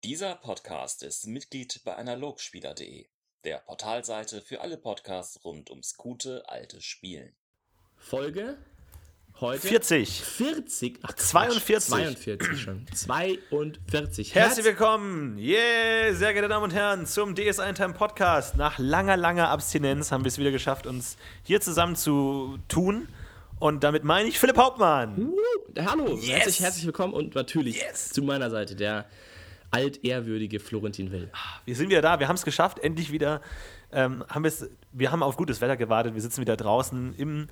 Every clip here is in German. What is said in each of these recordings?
Dieser Podcast ist Mitglied bei Analogspieler.de, der Portalseite für alle Podcasts rund ums gute alte Spielen. Folge heute 40. 40. Ach, 42. 42 schon. 42. Herzlich willkommen, sehr geehrte Damen und Herren, zum DS1 Time Podcast. Nach langer Abstinenz haben wir es wieder geschafft, uns hier zusammen zu tun. Und damit meine ich Philipp Hauptmann. Hallo, Yes. herzlich willkommen und natürlich zu meiner Seite der altehrwürdige Florentin Will. Wir sind wieder da, wir haben es geschafft, endlich wieder. Wir haben auf gutes Wetter gewartet, wir sitzen wieder draußen im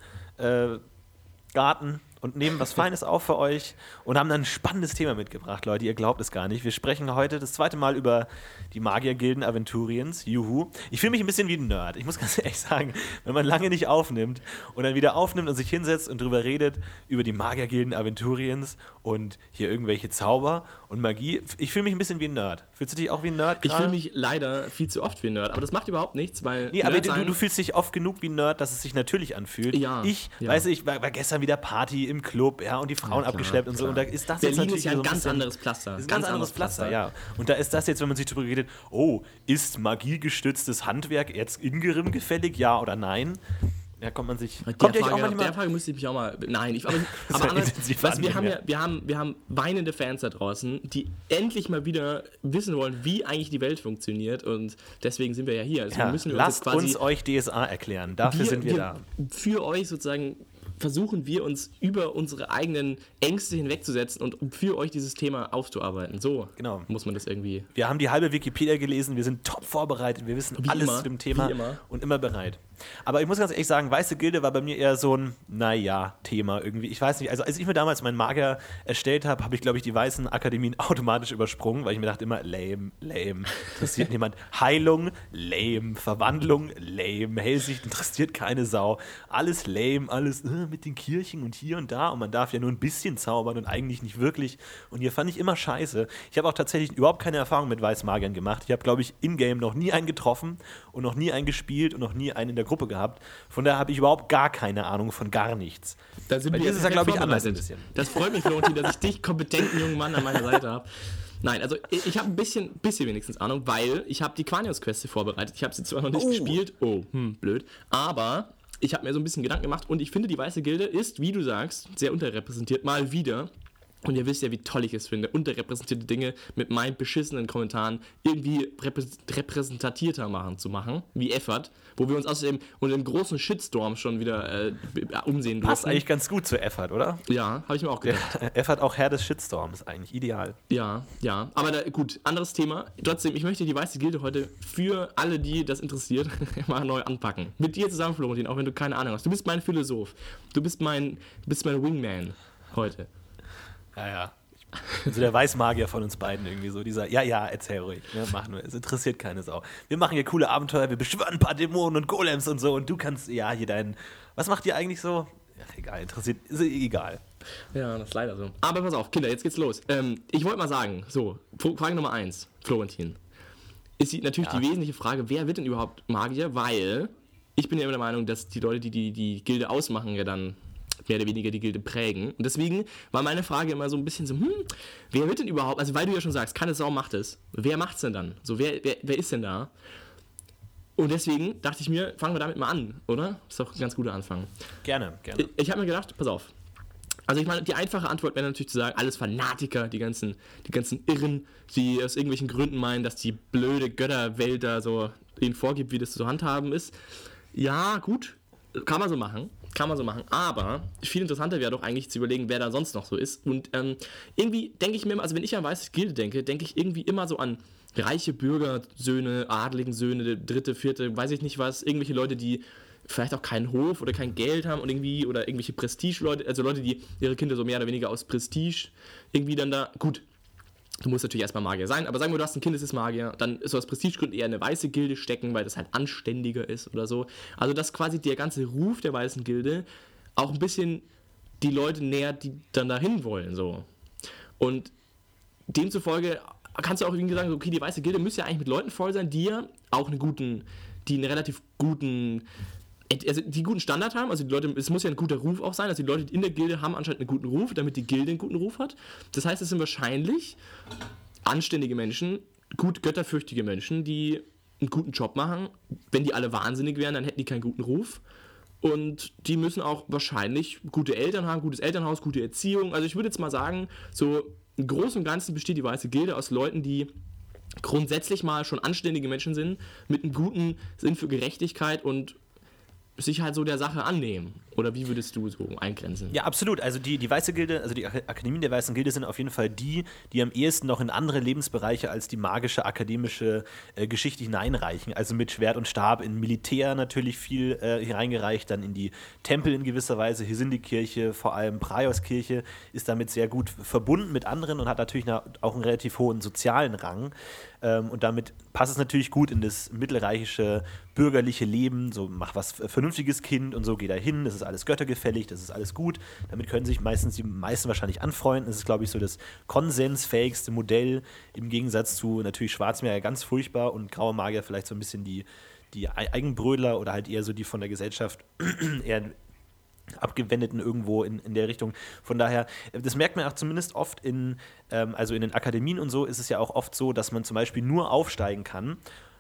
Garten und nehmen was Feines auf für euch und haben dann ein spannendes Thema mitgebracht, Leute, ihr glaubt es gar nicht. Wir sprechen heute das zweite Mal über die Magiergilden Aventuriens, juhu. Ich fühle mich ein bisschen wie ein Nerd, ich muss ganz ehrlich sagen, wenn man lange nicht aufnimmt und dann wieder aufnimmt und sich hinsetzt und drüber redet, über die Magiergilden Aventuriens und hier irgendwelche Zauber und Magie, ich fühle mich ein bisschen wie ein Nerd. Fühlst du dich auch wie ein Nerd Ich gerade? fühle mich leider viel zu oft wie ein Nerd, aber das macht überhaupt nichts, weil Nee, aber Nerd sein- du fühlst dich oft genug wie ein Nerd, dass es sich natürlich anfühlt. Ja, Ich ja. war gestern wieder Party im Club, ja, und die Frauen abgeschleppt und so. Und da ist das jetzt Berlin natürlich ist ja ein so ganz bisschen, anderes Pflaster. ist ein ganz anderes Pflaster, ja. Und da ist das jetzt, wenn man sich drüber redet, oh, ist magiegestütztes Handwerk jetzt Ingrim gefällig, ja oder nein? Ja, kommt ihr euch auch manchmal... Der Frage müsste ich mich auch mal... Nein, aber war anders, intensiv weißt, wir annehmen, haben weinende Fans da draußen, die endlich mal wieder wissen wollen, wie eigentlich die Welt funktioniert und deswegen sind wir ja hier. Also Ja, müssen wir lasst uns, jetzt uns euch DSA erklären, dafür sind wir da. Für euch sozusagen versuchen wir uns über unsere eigenen Ängste hinwegzusetzen und für euch dieses Thema aufzuarbeiten. So Genau. muss man das irgendwie... Wir haben die halbe Wikipedia gelesen, wir sind top vorbereitet, wir wissen Wie alles immer, zu dem Thema wie immer. und immer bereit. Aber ich muss ganz ehrlich sagen, Weiße Gilde war bei mir eher so ein, Thema irgendwie. Ich weiß nicht, also als ich mir damals meinen Magier erstellt habe, habe ich, glaube ich, die Weißen Akademien automatisch übersprungen, weil ich mir dachte immer, lame, interessiert niemand. Heilung, lame, Verwandlung, lame, Hellsicht interessiert keine Sau. Alles lame, alles mit den Kirchen und hier und da und man darf ja nur ein bisschen zaubern und eigentlich nicht wirklich. Und hier fand ich immer scheiße. Ich habe auch tatsächlich überhaupt keine Erfahrung mit Weißmagiern gemacht. Ich habe, glaube ich, in-game noch nie einen getroffen und noch nie einen gespielt und noch nie einen in der Gruppe gehabt. Von daher habe ich überhaupt gar keine Ahnung von gar nichts. Da sind Bei wir dir ist es ja, perfekt glaube ich, anders ein vorbereitet. bisschen. Das freut mich, Florentin, dass ich dich, kompetenten jungen Mann, an meiner Seite habe. Nein, also ich habe ein bisschen wenigstens Ahnung, weil ich habe die Quanios-Queste vorbereitet. Ich habe sie zwar noch nicht gespielt, blöd, aber ich habe mir so ein bisschen Gedanken gemacht und ich finde, die Weiße Gilde ist, wie du sagst, sehr unterrepräsentiert, mal wieder. Und ihr wisst ja, wie toll ich es finde, unterrepräsentierte Dinge mit meinen beschissenen Kommentaren irgendwie repräsentierter zu machen, wie Effort, wo wir uns außerdem unter dem großen Shitstorm schon wieder umsehen Passt durften. eigentlich ganz gut zu Effort, oder? Ja, habe ich mir auch gedacht. Effort auch Herr des Shitstorms, eigentlich ideal. Ja, aber gut, anderes Thema. Trotzdem, ich möchte die Weiße Gilde heute für alle, die das interessiert, mal neu anpacken. Mit dir zusammen, Florentin, auch wenn du keine Ahnung hast. Du bist mein Philosoph. Du bist mein Wingman heute. Ja. Also der Weißmagier von uns beiden irgendwie so, dieser, erzähl ruhig, ne, machen wir, es interessiert keine Sau. Wir machen hier coole Abenteuer, wir beschwören ein paar Dämonen und Golems und so und du kannst, hier was macht ihr eigentlich so? Ach, egal, interessiert, ist egal. Ja, das ist leider so. Aber pass auf, Kinder, jetzt geht's los. Ich wollte mal sagen, so, Frage Nummer 1, Florentin. Ist natürlich die wesentliche Frage, wer wird denn überhaupt Magier? Weil ich bin ja immer der Meinung, dass die Leute, die die Gilde ausmachen, ja dann mehr oder weniger die Gilde prägen. Und deswegen war meine Frage immer so ein bisschen so, wer wird denn überhaupt, also weil du ja schon sagst, keine Sau macht es, wer macht's denn dann? So, wer ist denn da? Und deswegen dachte ich mir, fangen wir damit mal an, oder? Das ist doch ein ganz guter Anfang. Gerne. Ich habe mir gedacht, pass auf. Also ich meine, die einfache Antwort wäre natürlich zu sagen, alles Fanatiker, die ganzen Irren, die aus irgendwelchen Gründen meinen, dass die blöde Götterwelt da so ihnen vorgibt, wie das zu handhaben ist. Ja, gut, kann man so machen, aber viel interessanter wäre doch eigentlich zu überlegen, wer da sonst noch so ist. Und irgendwie denke ich mir immer, also wenn ich an Weiße Gilde denke ich irgendwie immer so an reiche Bürgersöhne, adligen Söhne, dritte, vierte, weiß ich nicht was, irgendwelche Leute, die vielleicht auch keinen Hof oder kein Geld haben und irgendwie, oder irgendwelche Prestige-Leute, also Leute, die ihre Kinder so mehr oder weniger aus Prestige irgendwie dann da, gut, du musst natürlich erstmal Magier sein, aber sagen wir, du hast ein Kind, das ist Magier, dann ist aus Prestigegründen eher eine Weiße Gilde stecken, weil das halt anständiger ist oder so. Also dass quasi der ganze Ruf der Weißen Gilde auch ein bisschen die Leute nähert, die dann dahin wollen, so. Und demzufolge kannst du auch irgendwie sagen, okay, die Weiße Gilde müsste ja eigentlich mit Leuten voll sein, die ja auch einen relativ guten, also die guten Standard haben, also die Leute, es muss ja ein guter Ruf auch sein, also die Leute in der Gilde haben anscheinend einen guten Ruf, damit die Gilde einen guten Ruf hat. Das heißt, es sind wahrscheinlich anständige Menschen, gut götterfürchtige Menschen, die einen guten Job machen. Wenn die alle wahnsinnig wären, dann hätten die keinen guten Ruf. Und die müssen auch wahrscheinlich gute Eltern haben, gutes Elternhaus, gute Erziehung. Also ich würde jetzt mal sagen, so im Großen und Ganzen besteht die Weiße Gilde aus Leuten, die grundsätzlich mal schon anständige Menschen sind, mit einem guten Sinn für Gerechtigkeit und sich halt so der Sache annehmen. Oder wie würdest du so eingrenzen? Ja, absolut. Also die Weiße Gilde, also die Akademien der Weißen Gilde sind auf jeden Fall die am ehesten noch in andere Lebensbereiche als die magische, akademische Geschichte hineinreichen. Also mit Schwert und Stab in Militär natürlich viel hineingereicht, dann in die Tempel in gewisser Weise. Hier sind die Kirche, vor allem Praios-Kirche, ist damit sehr gut verbunden mit anderen und hat natürlich auch einen relativ hohen sozialen Rang. Und damit passt es natürlich gut in das mittelreichische bürgerliche Leben. So, mach was vernünftiges Kind und so, geh da hin, das ist alles göttergefällig, das ist alles gut. Damit können sich meistens die meisten wahrscheinlich anfreunden. Das ist, glaube ich, so das konsensfähigste Modell im Gegensatz zu natürlich Schwarzmagier ganz furchtbar und graue Magier vielleicht so ein bisschen die Eigenbrödler oder halt eher so die von der Gesellschaft eher Abgewendeten irgendwo in der Richtung. Von daher, das merkt man auch zumindest oft also in den Akademien und so ist es ja auch oft so, dass man zum Beispiel nur aufsteigen kann.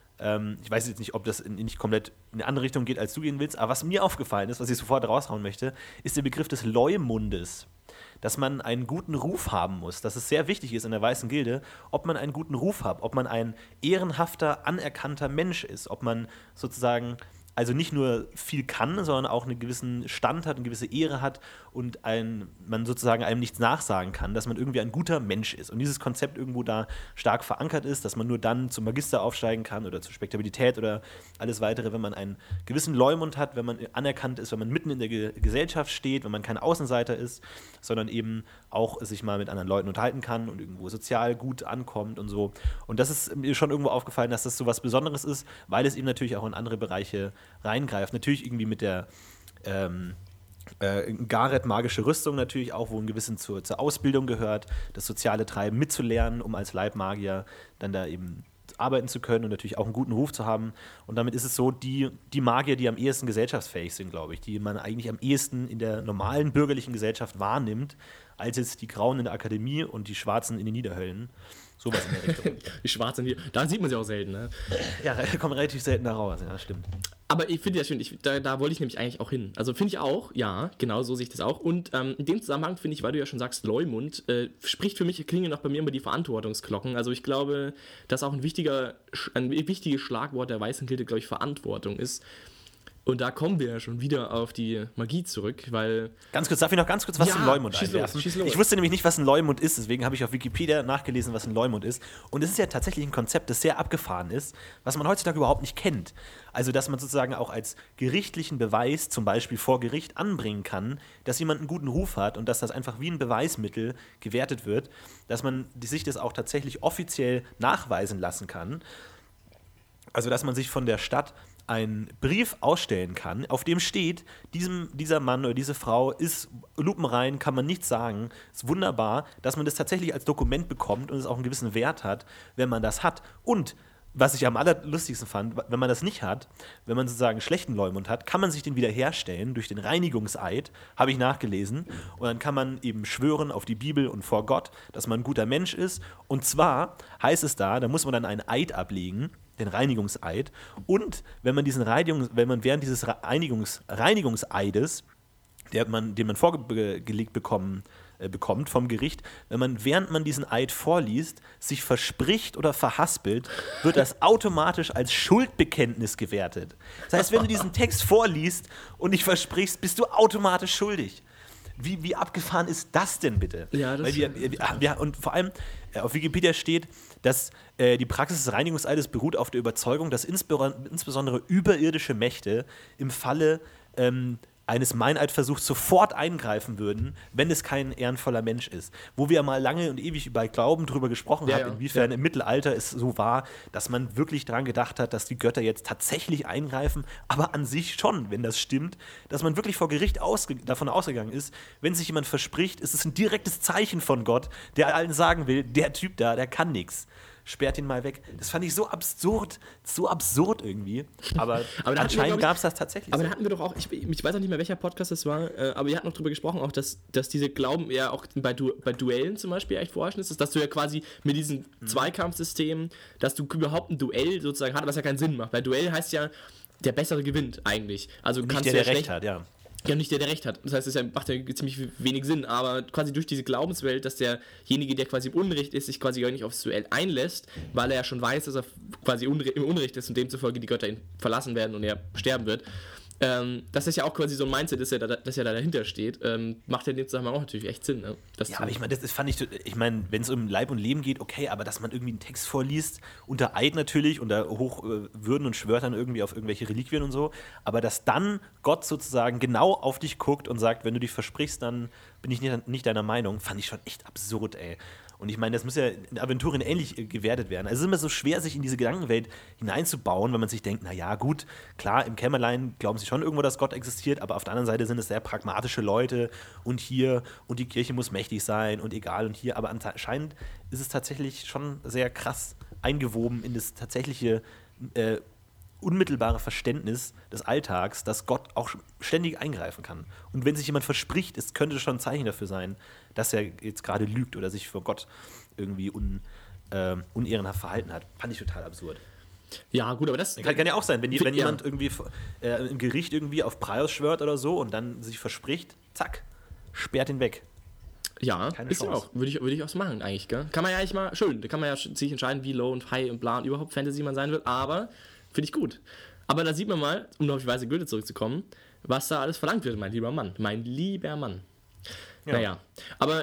Ich weiß jetzt nicht, ob das nicht komplett in eine andere Richtung geht, als du gehen willst, aber was mir aufgefallen ist, was ich sofort raushauen möchte, ist der Begriff des Leumundes. Dass man einen guten Ruf haben muss, dass es sehr wichtig ist in der Weißen Gilde, ob man einen guten Ruf hat, ob man ein ehrenhafter, anerkannter Mensch ist, ob man sozusagen also nicht nur viel kann, sondern auch einen gewissen Stand hat, eine gewisse Ehre hat und man sozusagen einem nichts nachsagen kann, dass man irgendwie ein guter Mensch ist. Und dieses Konzept irgendwo da stark verankert ist, dass man nur dann zum Magister aufsteigen kann oder zur Spektabilität oder alles Weitere, wenn man einen gewissen Leumund hat, wenn man anerkannt ist, wenn man mitten in der Gesellschaft steht, wenn man kein Außenseiter ist, sondern eben auch sich mal mit anderen Leuten unterhalten kann und irgendwo sozial gut ankommt und so. Und das ist mir schon irgendwo aufgefallen, dass das so was Besonderes ist, weil es eben natürlich auch in andere Bereiche reingreift. Natürlich irgendwie mit der Gareth magische Rüstung natürlich auch, wo ein gewissen zur Ausbildung gehört, das soziale Treiben mitzulernen, um als Leibmagier dann da eben arbeiten zu können und natürlich auch einen guten Ruf zu haben. Und damit ist es so, die Magier, die am ehesten gesellschaftsfähig sind, glaube ich, die man eigentlich am ehesten in der normalen bürgerlichen Gesellschaft wahrnimmt, als jetzt die Grauen in der Akademie und die Schwarzen in den Niederhöllen. Sowas in der Richtung. Die Schwarzen hier, da sieht man sie auch selten, ne? Ja, kommen relativ selten da raus, ja, stimmt. Aber ich finde das schön, da wollte ich nämlich eigentlich auch hin. Also finde ich auch, ja, genau so sehe ich das auch. Und in dem Zusammenhang finde ich, weil du ja schon sagst, Leumund, spricht für mich, klingen auch bei mir immer die Verantwortungsglocken. Also ich glaube, dass auch ein wichtiges Schlagwort der Weißen Gilde, glaube ich, Verantwortung ist. Und da kommen wir ja schon wieder auf die Magie zurück, weil... Darf ich noch ganz kurz was zum Leumund einwerfen? Schieß los. Ich wusste nämlich nicht, was ein Leumund ist, deswegen habe ich auf Wikipedia nachgelesen, was ein Leumund ist. Und es ist ja tatsächlich ein Konzept, das sehr abgefahren ist, was man heutzutage überhaupt nicht kennt. Also, dass man sozusagen auch als gerichtlichen Beweis, zum Beispiel vor Gericht, anbringen kann, dass jemand einen guten Ruf hat und dass das einfach wie ein Beweismittel gewertet wird, dass man sich das auch tatsächlich offiziell nachweisen lassen kann. Also, dass man sich von der Stadt einen Brief ausstellen kann, auf dem steht, dieser Mann oder diese Frau ist lupenrein, kann man nichts sagen. Ist wunderbar, dass man das tatsächlich als Dokument bekommt und es auch einen gewissen Wert hat, wenn man das hat. Und was ich am allerlustigsten fand, wenn man das nicht hat, wenn man sozusagen einen schlechten Leumund hat, kann man sich den wiederherstellen durch den Reinigungseid, habe ich nachgelesen. Und dann kann man eben schwören auf die Bibel und vor Gott, dass man ein guter Mensch ist. Und zwar heißt es da muss man dann einen Eid ablegen, den Reinigungseid. Und wenn man während dieses Reinigungseides, den man vorgelegt bekommt vom Gericht, während man diesen Eid vorliest, sich verspricht oder verhaspelt, wird das automatisch als Schuldbekenntnis gewertet. Das heißt, wenn du diesen Text vorliest und dich versprichst, bist du automatisch schuldig. Wie abgefahren ist das denn bitte? Ja, das und vor allem auf Wikipedia steht, dass die Praxis des Reinigungseides beruht auf der Überzeugung, dass insbesondere überirdische Mächte im Falle eines Meineidversuchs sofort eingreifen würden, wenn es kein ehrenvoller Mensch ist. Wo wir mal lange und ewig über Glauben drüber gesprochen haben, inwiefern im Mittelalter es so war, dass man wirklich daran gedacht hat, dass die Götter jetzt tatsächlich eingreifen, aber an sich schon, wenn das stimmt, dass man wirklich vor Gericht davon ausgegangen ist, wenn sich jemand verspricht, ist es ein direktes Zeichen von Gott, der allen sagen will, der Typ da, der kann nichts. sperrt ihn mal weg. Das fand ich so absurd irgendwie. Aber Aber da anscheinend gab es das tatsächlich. Aber so. da hatten wir doch auch, ich weiß auch nicht mehr, welcher Podcast das war, aber wir hatten noch drüber gesprochen, auch, dass diese Glauben ja auch bei Duellen zum Beispiel echt vorherrschend ist, dass du ja quasi mit diesem Zweikampfsystem, dass du überhaupt ein Duell sozusagen hast, was ja keinen Sinn macht. Weil Duell heißt ja, der Bessere gewinnt eigentlich. Also Nicht kannst der, du ja der schlecht, Recht hat, ja. ja, nicht der Recht hat. Das heißt, es macht ja ziemlich wenig Sinn, aber quasi durch diese Glaubenswelt, dass derjenige, der quasi im Unrecht ist, sich quasi gar nicht aufs Duell einlässt, weil er ja schon weiß, dass er quasi im Unrecht ist und demzufolge die Götter ihn verlassen werden und er sterben wird. Das ist ja auch quasi so ein Mindset, das ja da dahinter steht. Macht ja in dem Zusammenhang auch natürlich echt Sinn. Ne? Ja, aber ich meine, das fand ich meine, wenn es um Leib und Leben geht, okay, aber dass man irgendwie einen Text vorliest, unter Eid natürlich, unter Hochwürden und schwört dann irgendwie auf irgendwelche Reliquien und so, aber dass dann Gott sozusagen genau auf dich guckt und sagt, wenn du dich versprichst, dann bin ich nicht deiner Meinung, fand ich schon echt absurd, ey. Und ich meine, das muss ja in Aventurien ähnlich gewertet werden. Also es ist immer so schwer, sich in diese Gedankenwelt hineinzubauen, wenn man sich denkt, naja, gut, klar, im Kämmerlein glauben sie schon irgendwo, dass Gott existiert, aber auf der anderen Seite sind es sehr pragmatische Leute und hier und die Kirche muss mächtig sein und egal und hier, aber anscheinend ist es tatsächlich schon sehr krass eingewoben in das tatsächliche unmittelbare Verständnis des Alltags, dass Gott auch ständig eingreifen kann. Und wenn sich jemand verspricht, es könnte schon ein Zeichen dafür sein, dass er jetzt gerade lügt oder sich vor Gott irgendwie unehrenhaft verhalten hat. Fand ich total absurd. Ja, gut, aber das Kann ja auch sein, wenn ja. jemand irgendwie im Gericht irgendwie auf Prius schwört oder so und dann sich verspricht, zack, sperrt ihn weg. Ja, Keine ist ja Chance. auch. Würde ich auch so machen, eigentlich, gell? Kann man ja eigentlich mal, schön, da kann man ja sich entscheiden, wie low und high und bla und überhaupt Fantasy man sein will, aber finde ich gut. Aber da sieht man mal, um auf die weiße Gülle zurückzukommen, was da alles verlangt wird, mein lieber Mann. Mein lieber Mann. Ja. Naja, aber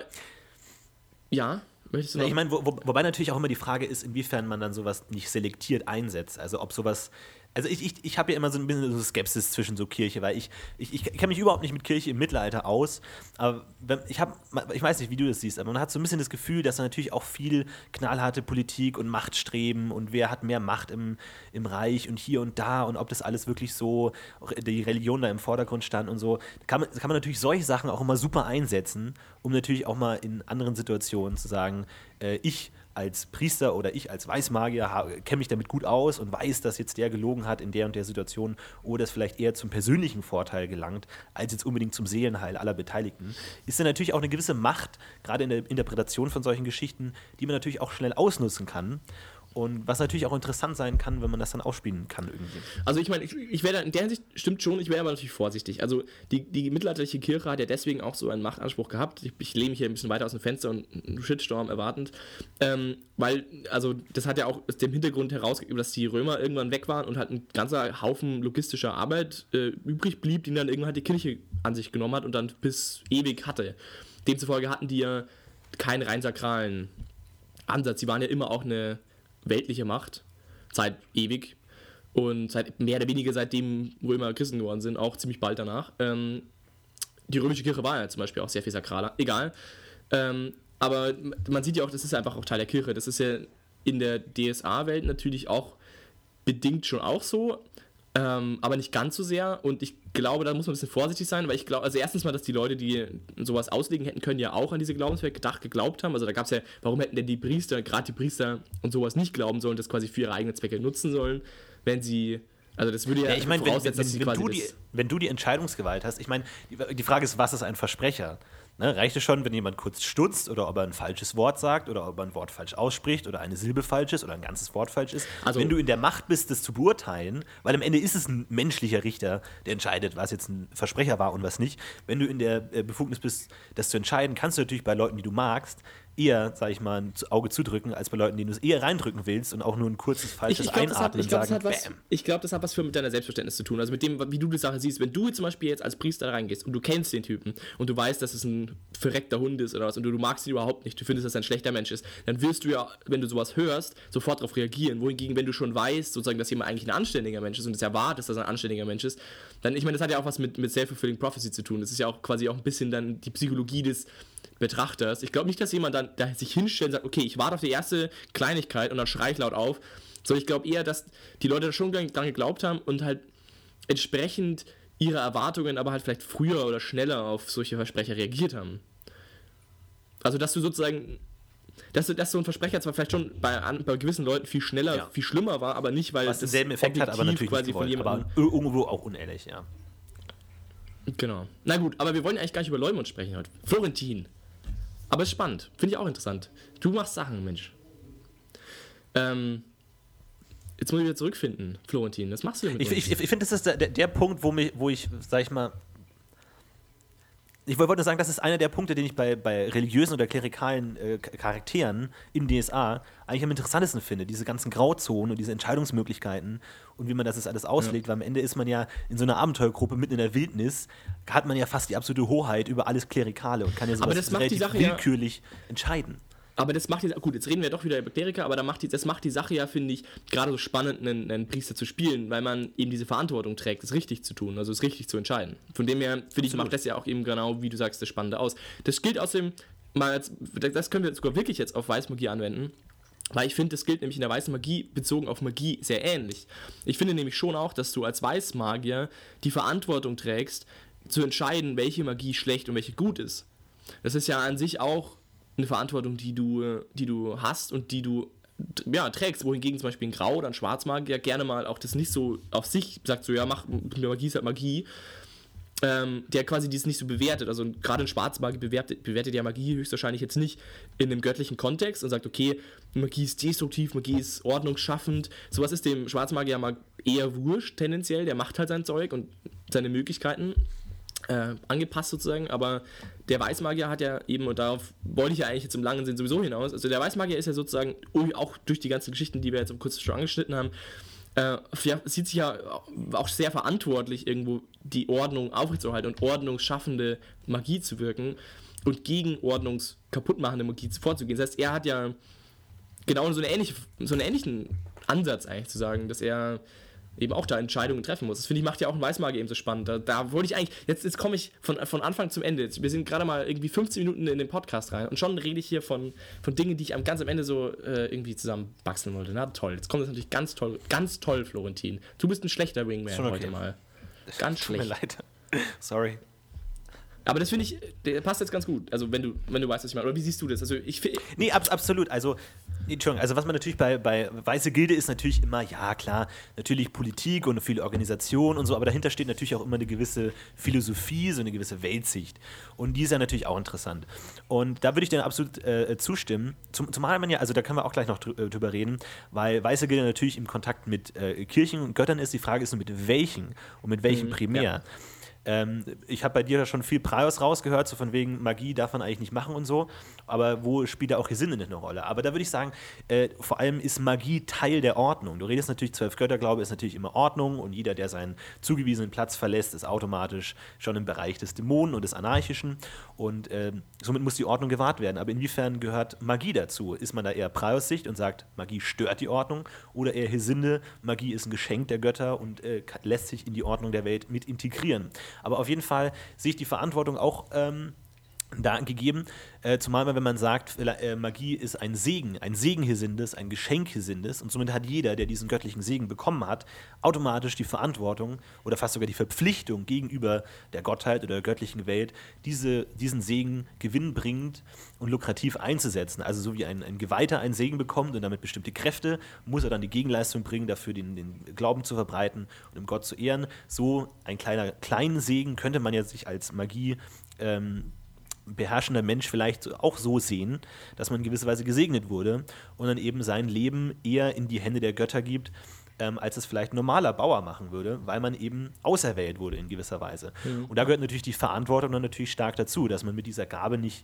ja, möchtest du noch? Ich meine, wobei natürlich auch immer die Frage ist, inwiefern man dann sowas nicht selektiert einsetzt. Also ob sowas. Also ich habe ja immer so ein bisschen so Skepsis zwischen so Kirche, weil ich kenne mich überhaupt nicht mit Kirche im Mittelalter aus. Aber ich weiß nicht, wie du das siehst, aber man hat so ein bisschen das Gefühl, dass da natürlich auch viel knallharte Politik und Machtstreben und wer hat mehr Macht im Reich und hier und da und ob das alles wirklich so, die Religion da im Vordergrund stand und so. Da kann man natürlich solche Sachen auch immer super einsetzen, um natürlich auch mal in anderen Situationen zu sagen, ich als Priester oder ich als Weißmagier kenne mich damit gut aus und weiß, dass jetzt der gelogen hat in der und der Situation oder es vielleicht eher zum persönlichen Vorteil gelangt, als jetzt unbedingt zum Seelenheil aller Beteiligten, ist dann natürlich auch eine gewisse Macht, gerade in der Interpretation von solchen Geschichten, die man natürlich auch schnell ausnutzen kann. Und was natürlich auch interessant sein kann, wenn man das dann ausspielen kann irgendwie. Also ich meine, ich wäre da in der Hinsicht, stimmt schon, ich wäre aber natürlich vorsichtig. Also die mittelalterliche Kirche hat ja deswegen auch so einen Machtanspruch gehabt. Ich lehne mich hier ein bisschen weiter aus dem Fenster und einen Shitstorm erwartend. Weil, also das hat ja auch aus dem Hintergrund herausgegeben, dass die Römer irgendwann weg waren und halt ein ganzer Haufen logistischer Arbeit übrig blieb, die dann irgendwann halt die Kirche an sich genommen hat und dann bis ewig hatte. Demzufolge hatten die ja keinen rein sakralen Ansatz. Sie waren ja immer auch eine weltliche Macht, seit ewig und seit mehr oder weniger seitdem Römer Christen geworden sind, auch ziemlich bald danach. Die römische Kirche war ja zum Beispiel auch sehr viel sakraler, egal. Aber man sieht ja auch, das ist einfach auch Teil der Kirche. Das ist ja in der DSA-Welt natürlich auch bedingt schon auch so, aber nicht ganz so sehr. Und ich glaube, da muss man ein bisschen vorsichtig sein, weil ich glaube, also erstens mal, dass die Leute, die sowas auslegen hätten können, ja auch an diese Glaubenswelt geglaubt haben. Also da gab es ja, warum hätten denn die Priester, gerade die Priester und sowas nicht glauben sollen, das quasi für ihre eigenen Zwecke nutzen sollen, wenn sie, also das würde ja, ich meine, voraussetzen, dass sie quasi wenn du die Entscheidungsgewalt hast, ich meine, die Frage ist, was ist ein Versprecher? Ne, reicht es schon, wenn jemand kurz stutzt oder ob er ein falsches Wort sagt oder ob er ein Wort falsch ausspricht oder eine Silbe falsch ist oder ein ganzes Wort falsch ist? Also, wenn du in der Macht bist, das zu beurteilen, weil am Ende ist es ein menschlicher Richter, der entscheidet, was jetzt ein Versprecher war und was nicht. Wenn du in der Befugnis bist, das zu entscheiden, kannst du natürlich bei Leuten, die du magst, eher, sag ich mal, ein Auge zudrücken, als bei Leuten, denen du es eher reindrücken willst und auch nur ein kurzes falsches Einatmen sagen, bam. Ich glaube, das hat was mit deiner Selbstverständnis zu tun. Also mit dem, wie du die Sache siehst. Wenn du zum Beispiel jetzt als Priester reingehst und du kennst den Typen und du weißt, dass es ein verreckter Hund ist oder was und du magst ihn überhaupt nicht, du findest, dass er ein schlechter Mensch ist, dann wirst du ja, wenn du sowas hörst, sofort darauf reagieren. Wohingegen, wenn du schon weißt, sozusagen, dass jemand eigentlich ein anständiger Mensch ist und es erwartest, dass er ein anständiger Mensch ist, dann, ich meine, das hat ja auch was mit Self-Fulfilling Prophecy zu tun. Das ist ja auch quasi auch ein bisschen dann die Psychologie des Betrachters. Ich glaube nicht, dass jemand dann da sich hinstellt und sagt, okay, ich warte auf die erste Kleinigkeit und dann schreie ich laut auf, sondern ich glaube eher, dass die Leute da schon dran geglaubt haben und halt entsprechend ihrer Erwartungen aber halt vielleicht früher oder schneller auf solche Versprecher reagiert haben. Also, dass du sozusagen dass so ein Versprecher zwar vielleicht schon bei gewissen Leuten viel schneller, viel schlimmer war, aber nicht, weil was denselben Effekt hat, aber natürlich quasi nicht gewollt, von jemandem, aber irgendwo auch unehrlich, ja. Genau. Na gut, aber wir wollen eigentlich gar nicht über Leumund sprechen heute. Florentin. Aber ist spannend. Finde ich auch interessant. Du machst Sachen, Mensch. Jetzt muss ich wieder zurückfinden, Florentin. Was machst du denn mit uns? Ich finde, das ist der Punkt, wo ich, sag ich mal, ich wollte nur sagen, das ist einer der Punkte, den ich bei religiösen oder klerikalen Charakteren in DSA eigentlich am interessantesten finde. Diese ganzen Grauzonen und diese Entscheidungsmöglichkeiten und wie man das jetzt alles auslegt, weil am Ende ist man ja in so einer Abenteuergruppe mitten in der Wildnis, hat man ja fast die absolute Hoheit über alles Klerikale und kann ja sowas relativ willkürlich entscheiden. Aber das macht gut, jetzt reden wir doch wieder über Kleriker, aber das macht die Sache ja, finde ich, gerade so spannend, einen Priester zu spielen, weil man eben diese Verantwortung trägt, es richtig zu tun, also es richtig zu entscheiden. Von dem her, finde ich, macht das ja auch eben genau, wie du sagst, das Spannende aus. Das gilt außerdem, das können wir sogar wirklich jetzt auf Weißmagie anwenden, weil ich finde, das gilt nämlich in der weißen Magie bezogen auf Magie sehr ähnlich. Ich finde nämlich schon auch, dass du als Weißmagier die Verantwortung trägst, zu entscheiden, welche Magie schlecht und welche gut ist. Das ist ja an sich auch eine Verantwortung, die du hast und die du trägst, wohingegen zum Beispiel ein Grau oder ein Schwarzmagier gerne mal auch das nicht so auf sich sagt, so ja, Magie ist halt Magie, der quasi dies nicht so bewertet. Also gerade ein Schwarzmagier bewertet ja Magie höchstwahrscheinlich jetzt nicht in einem göttlichen Kontext und sagt, okay, Magie ist destruktiv, Magie ist ordnungsschaffend. Sowas ist dem Schwarzmagier mal eher wurscht tendenziell, der macht halt sein Zeug und seine Möglichkeiten angepasst sozusagen, aber der Weißmagier hat ja eben, und darauf wollte ich ja eigentlich jetzt im langen Sinn sowieso hinaus, also der Weißmagier ist ja sozusagen, auch durch die ganzen Geschichten, die wir jetzt kurz schon angeschnitten haben, sieht sich ja auch sehr verantwortlich, irgendwo die Ordnung aufrechtzuerhalten und ordnungsschaffende Magie zu wirken und gegen ordnungskaputtmachende Magie vorzugehen. Das heißt, er hat ja genau so einen ähnlichen Ansatz eigentlich zu sagen, dass er eben auch da Entscheidungen treffen muss. Das finde ich, macht ja auch ein Weißmagier eben so spannend. Da wollte ich eigentlich, jetzt komme ich von Anfang zum Ende. Wir sind gerade mal irgendwie 15 Minuten in den Podcast rein und schon rede ich hier von Dingen, die ich ganz am Ende so irgendwie zusammenbasteln wollte. Na toll, jetzt kommt das natürlich ganz toll, Florentin. Du bist ein schlechter Wingman heute mal. Ganz schlecht. Tut mir leid. Sorry. Aber das finde ich, der passt jetzt ganz gut. Also wenn du weißt, was ich meine. Oder wie siehst du das? Also nee, absolut. Also, Entschuldigung, also was man natürlich bei Weiße Gilde ist natürlich immer, ja klar, natürlich Politik und viele Organisation und so, aber dahinter steht natürlich auch immer eine gewisse Philosophie, so eine gewisse Weltsicht. Und die ist ja natürlich auch interessant. Und da würde ich dir absolut zustimmen. Zumal man ja, also da können wir auch gleich noch drüber reden, weil Weiße Gilde natürlich im Kontakt mit Kirchen und Göttern ist. Die Frage ist nur, mit welchen und mit welchen primär. Ja. Ich habe bei dir schon viel Praios rausgehört, so von wegen Magie darf man eigentlich nicht machen und so, aber wo spielt da auch Gesinde eine Rolle? Aber da würde ich sagen, vor allem ist Magie Teil der Ordnung. Du redest natürlich, 12 Götterglaube ist natürlich immer Ordnung und jeder, der seinen zugewiesenen Platz verlässt, ist automatisch schon im Bereich des Dämonen und des Anarchischen und somit muss die Ordnung gewahrt werden. Aber inwiefern gehört Magie dazu? Ist man da eher Praios-Sicht und sagt, Magie stört die Ordnung oder eher Hesinde, Magie ist ein Geschenk der Götter und lässt sich in die Ordnung der Welt mit integrieren? Aber auf jeden Fall sehe ich die Verantwortung auch da gegeben, zumal wenn man sagt, Magie ist ein Segen Hesindes, ein Geschenk Hesindes und somit hat jeder, der diesen göttlichen Segen bekommen hat, automatisch die Verantwortung oder fast sogar die Verpflichtung gegenüber der Gottheit oder der göttlichen Welt, diesen Segen gewinnbringend und lukrativ einzusetzen. Also so wie ein Geweihter einen Segen bekommt und damit bestimmte Kräfte, muss er dann die Gegenleistung bringen, dafür den Glauben zu verbreiten und dem Gott zu ehren. So ein kleinen Segen könnte man ja sich als Magie beherrschender Mensch vielleicht auch so sehen, dass man in gewisser Weise gesegnet wurde und dann eben sein Leben eher in die Hände der Götter gibt, als es vielleicht ein normaler Bauer machen würde, weil man eben auserwählt wurde in gewisser Weise. Mhm. Und da gehört natürlich die Verantwortung dann natürlich stark dazu, dass man mit dieser Gabe nicht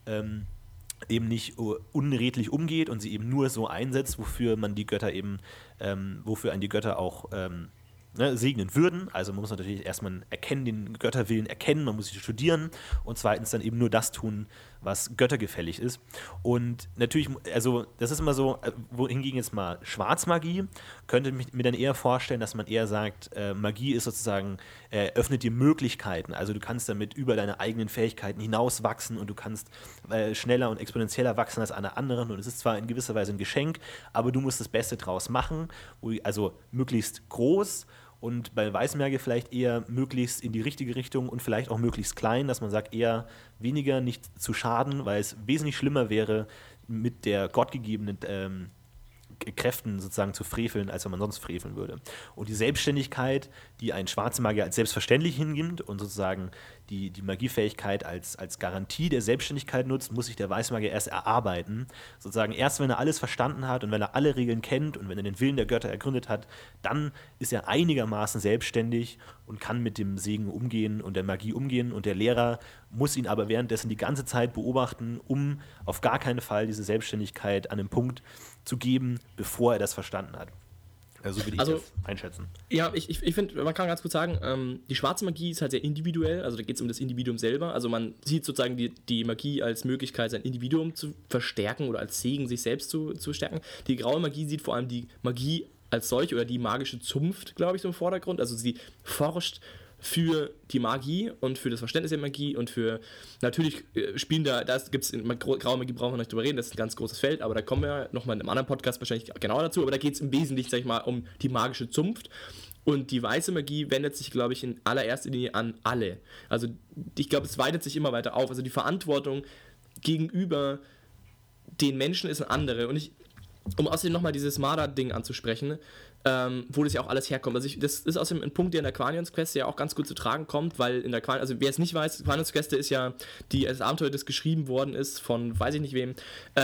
eben nicht unredlich umgeht und sie eben nur so einsetzt, wofür man die Götter eben, wofür einen die Götter auch segnen würden. Also man muss natürlich erstmal den Götterwillen erkennen, man muss sie studieren und zweitens dann eben nur das tun, was göttergefällig ist. Und natürlich, also das ist immer so, wohingegen jetzt mal Schwarzmagie, könnte ich mir dann eher vorstellen, dass man eher sagt, Magie ist sozusagen, öffnet dir Möglichkeiten. Also du kannst damit über deine eigenen Fähigkeiten hinaus wachsen und du kannst schneller und exponentieller wachsen als alle anderen und es ist zwar in gewisser Weise ein Geschenk, aber du musst das Beste draus machen, also möglichst groß. Und bei Weißmagier vielleicht eher möglichst in die richtige Richtung und vielleicht auch möglichst klein, dass man sagt, eher weniger nicht zu schaden, weil es wesentlich schlimmer wäre, mit der gottgegebenen Kräften sozusagen zu freveln, als wenn man sonst freveln würde. Und die Selbstständigkeit, die ein schwarzer Magier als selbstverständlich hinnimmt und sozusagen die Magiefähigkeit als Garantie der Selbstständigkeit nutzt, muss sich der weiße Magier erst erarbeiten. Sozusagen erst, wenn er alles verstanden hat und wenn er alle Regeln kennt und wenn er den Willen der Götter ergründet hat, dann ist er einigermaßen selbstständig und kann mit dem Segen umgehen und der Magie umgehen. Und der Lehrer muss ihn aber währenddessen die ganze Zeit beobachten, um auf gar keinen Fall diese Selbstständigkeit an einem Punkt zu geben, bevor er das verstanden hat. Also würde ich das einschätzen. Ja, ich finde, man kann ganz gut sagen, die schwarze Magie ist halt sehr individuell, also da geht es um das Individuum selber. Also man sieht sozusagen die Magie als Möglichkeit, sein Individuum zu verstärken oder als Segen, sich selbst zu stärken. Die graue Magie sieht vor allem die Magie als solche oder die magische Zunft, glaube ich, so im Vordergrund. Also sie forscht für die Magie und für das Verständnis der Magie und für, natürlich spielen da gibt es, graue Magie brauchen wir nicht drüber reden, das ist ein ganz großes Feld, aber da kommen wir nochmal in einem anderen Podcast wahrscheinlich genauer dazu, aber da geht es im Wesentlichen, sag ich mal, um die magische Zunft. Und die weiße Magie wendet sich, glaube ich, in allererster Linie an alle. Also ich glaube, es weitet sich immer weiter auf. Also die Verantwortung gegenüber den Menschen ist eine andere. Und um außerdem nochmal dieses Marder-Ding anzusprechen, wo das ja auch alles herkommt. Also das ist außerdem ein Punkt, der in der Quanions Quest ja auch ganz gut zu tragen kommt, weil in der also wer es nicht weiß, Quanions Quest ist ja das Abenteuer, das geschrieben worden ist von weiß ich nicht wem,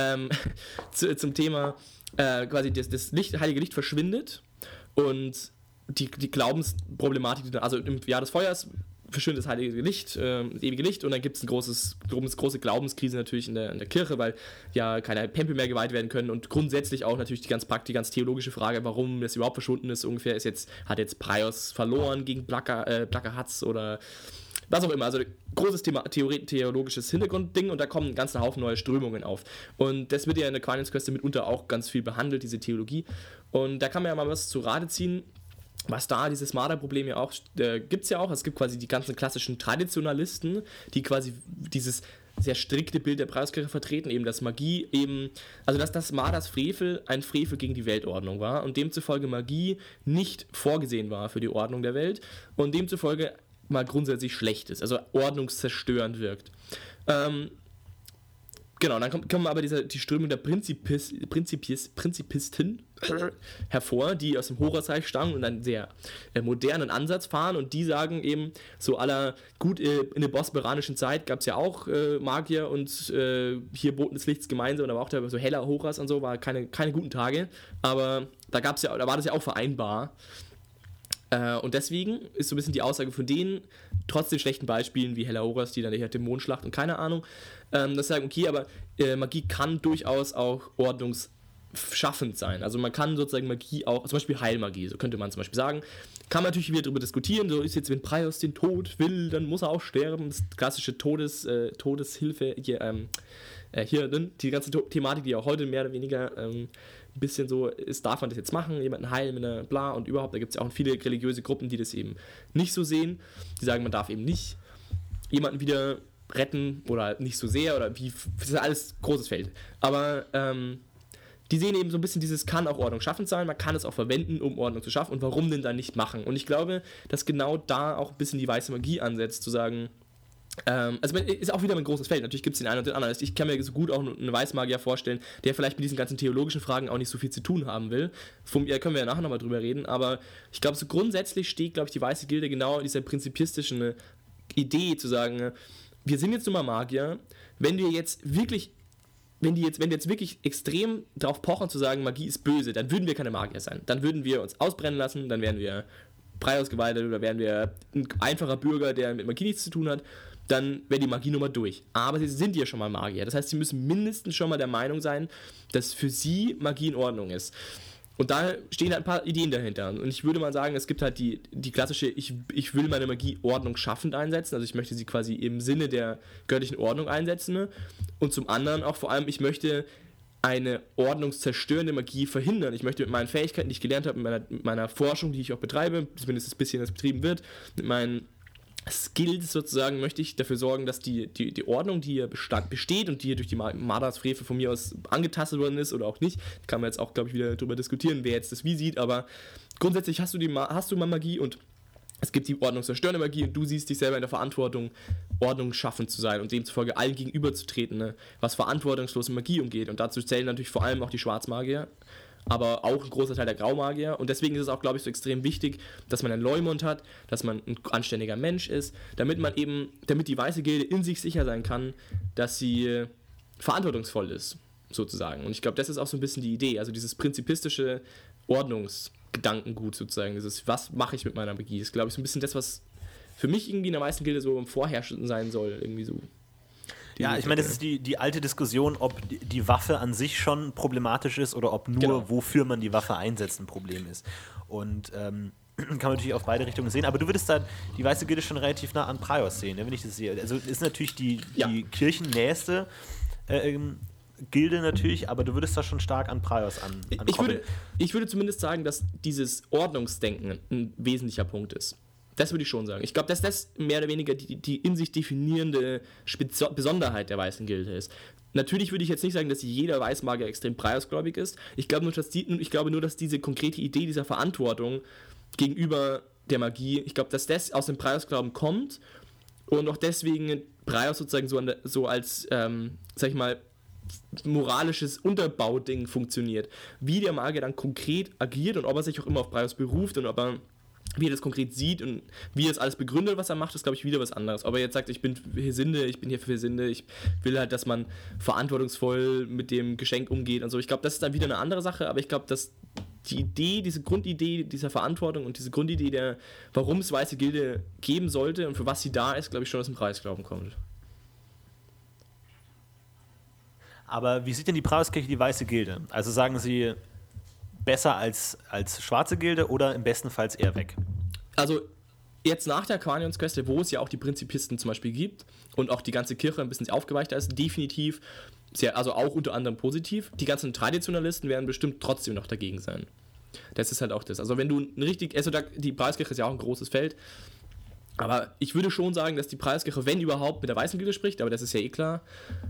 zum Thema quasi das heilige Licht verschwindet und die Glaubensproblematik, also im Jahr des Feuers verschwindet das heilige Licht, das ewige Licht, und dann gibt es eine große Glaubenskrise natürlich in der Kirche, weil ja keine Tempel mehr geweiht werden können und grundsätzlich auch natürlich die ganz theologische Frage, warum das überhaupt verschwunden ist, ungefähr hat jetzt Praios verloren gegen Blackerhatz oder was auch immer, also großes theologisches Hintergrundding, und da kommen einen ganzen Haufen neue Strömungen auf. Und das wird ja in der Quanions Quest mitunter auch ganz viel behandelt, diese Theologie. Und da kann man ja mal was zu Rate ziehen, was da dieses Marder-Problem ja auch, gibt es ja auch. Es gibt quasi die ganzen klassischen Traditionalisten, die quasi dieses sehr strikte Bild der Praios-Kirche vertreten, eben dass Magie eben, also dass das Marders Frevel ein Frevel gegen die Weltordnung war und demzufolge Magie nicht vorgesehen war für die Ordnung der Welt und demzufolge mal grundsätzlich schlecht ist, also ordnungszerstörend wirkt. Genau, dann kommen aber die Strömung der Prinzipisten hervor, die aus dem Horusreich stammen und einen sehr modernen Ansatz fahren, und die sagen eben, so gut, in der bosporanischen Zeit gab es ja auch Magier und hier Boten des Lichts gemeinsam, und da war auch so heller Horus und so, war keine guten Tage, aber da war das ja auch vereinbar. Und deswegen ist so ein bisschen die Aussage von denen, trotz den schlechten Beispielen wie Heller Horus, die dann hier Dämonenschlacht und keine Ahnung, dass sagen, okay, aber Magie kann durchaus auch ordnungsschaffend sein. Also man kann sozusagen Magie auch, zum Beispiel Heilmagie, so könnte man zum Beispiel sagen, kann man natürlich wieder darüber diskutieren, so ist jetzt, wenn Praios den Tod will, dann muss er auch sterben, das klassische Todeshilfe, hier die ganze Thematik, die auch heute mehr oder weniger ein bisschen so ist, darf man das jetzt machen, jemanden heilen mit einer bla und überhaupt, da gibt es ja auch viele religiöse Gruppen, die das eben nicht so sehen, die sagen, man darf eben nicht jemanden wieder retten oder nicht so sehr oder wie, das ist alles großes Feld, aber die sehen eben so ein bisschen dieses, kann auch Ordnung schaffend sein, man kann es auch verwenden, um Ordnung zu schaffen, und warum denn dann nicht machen? Und ich glaube, dass genau da auch ein bisschen die weiße Magie ansetzt, zu sagen, also ist auch wieder ein großes Feld, natürlich gibt es den einen und den anderen. Ich kann mir so gut auch einen Weißmagier vorstellen, der vielleicht mit diesen ganzen theologischen Fragen auch nicht so viel zu tun haben will. Von mir können wir ja nachher nochmal drüber reden, aber ich glaube, so grundsätzlich steht, glaube ich, die Weiße Gilde genau in dieser prinzipistischen Idee, zu sagen, wir sind jetzt nun mal Magier, wenn wir jetzt wirklich extrem darauf pochen zu sagen, Magie ist böse, dann würden wir keine Magier sein. Dann würden wir uns ausbrennen lassen, dann wären wir Praios geweiht oder wären wir ein einfacher Bürger, der mit Magie nichts zu tun hat, dann wäre die Magienummer durch. Aber sie sind ja schon mal Magier. Das heißt, sie müssen mindestens schon mal der Meinung sein, dass für sie Magie in Ordnung ist. Und da stehen halt ein paar Ideen dahinter. Und ich würde mal sagen, es gibt halt die klassische, ich will meine Magie ordnungsschaffend einsetzen, also ich möchte sie quasi im Sinne der göttlichen Ordnung einsetzen. Und zum anderen auch vor allem, ich möchte eine ordnungszerstörende Magie verhindern. Ich möchte mit meinen Fähigkeiten, die ich gelernt habe, mit meiner Forschung, die ich auch betreibe, zumindest das bisschen, das betrieben wird, mit meinen Skills sozusagen, möchte ich dafür sorgen, dass die Ordnung, die hier besteht und die hier durch die Marders Frevel von mir aus angetastet worden ist oder auch nicht, kann man jetzt auch, glaube ich, wieder darüber diskutieren, wer jetzt das wie sieht, aber grundsätzlich hast du mal Magie, und es gibt die ordnungszerstörende Magie und du siehst dich selber in der Verantwortung, Ordnung schaffend zu sein und demzufolge allen gegenüberzutreten, ne, was verantwortungslose Magie umgeht. Und dazu zählen natürlich vor allem auch die Schwarzmagier, aber auch ein großer Teil der Graumagier. Und deswegen ist es auch, glaube ich, so extrem wichtig, dass man einen Leumund hat, dass man ein anständiger Mensch ist, damit die Weiße Gilde in sich sicher sein kann, dass sie verantwortungsvoll ist, sozusagen. Und ich glaube, das ist auch so ein bisschen die Idee, also dieses prinzipistische Ordnungsgedankengut sozusagen, dieses, was mache ich mit meiner Magie, ist, glaube ich, so ein bisschen das, was für mich irgendwie in der Weißen Gilde so im Vorherrschenden sein soll, irgendwie so. Ja, ich meine, das ist die alte Diskussion, ob die Waffe an sich schon problematisch ist oder ob nur, wofür man die Waffe einsetzt, ein Problem ist. Und kann man natürlich auf beide Richtungen sehen, aber du würdest da die Weiße Gilde schon relativ nah an Praios sehen, ne, wenn ich das sehe. Also ist natürlich die kirchennächste Gilde natürlich, aber du würdest da schon stark an Praios ankoppeln. Ich würde zumindest sagen, dass dieses Ordnungsdenken ein wesentlicher Punkt ist. Das würde ich schon sagen. Ich glaube, dass das mehr oder weniger die in sich definierende Besonderheit der Weißen Gilde ist. Natürlich würde ich jetzt nicht sagen, dass jeder Weißmagier extrem Praios-gläubig ist. Ich glaube nur, dass diese konkrete Idee dieser Verantwortung gegenüber der Magie, ich glaube, dass das aus dem Praios-Glauben kommt und auch deswegen Praios sozusagen so als, sag ich mal, moralisches Unterbauding funktioniert. Wie der Magier dann konkret agiert und ob er sich auch immer auf Praios beruft und wie er das konkret sieht und wie er das alles begründet, was er macht, ist, glaube ich, wieder was anderes. Ob er jetzt sagt, ich bin hier für Hesinde, ich will halt, dass man verantwortungsvoll mit dem Geschenk umgeht und so. Ich glaube, das ist dann wieder eine andere Sache, aber ich glaube, dass diese Grundidee dieser Verantwortung und diese Grundidee warum es Weiße Gilde geben sollte und für was sie da ist, glaube ich schon aus dem Preisglauben kommt. Aber wie sieht denn die Praios-Kirche die Weiße Gilde? Also sagen sie besser als Schwarze Gilde oder im besten Fall eher weg? Also jetzt nach der Quanionsqueste, wo es ja auch die Prinzipisten zum Beispiel gibt und auch die ganze Kirche ein bisschen aufgeweichter ist, definitiv, also auch unter anderem positiv. Die ganzen Traditionalisten werden bestimmt trotzdem noch dagegen sein. Das ist halt auch das. Also wenn du die Preiskirche ist ja auch ein großes Feld, aber ich würde schon sagen, dass die Preiskirche, wenn überhaupt, mit der Weißen Gilde spricht, aber das ist ja eh klar.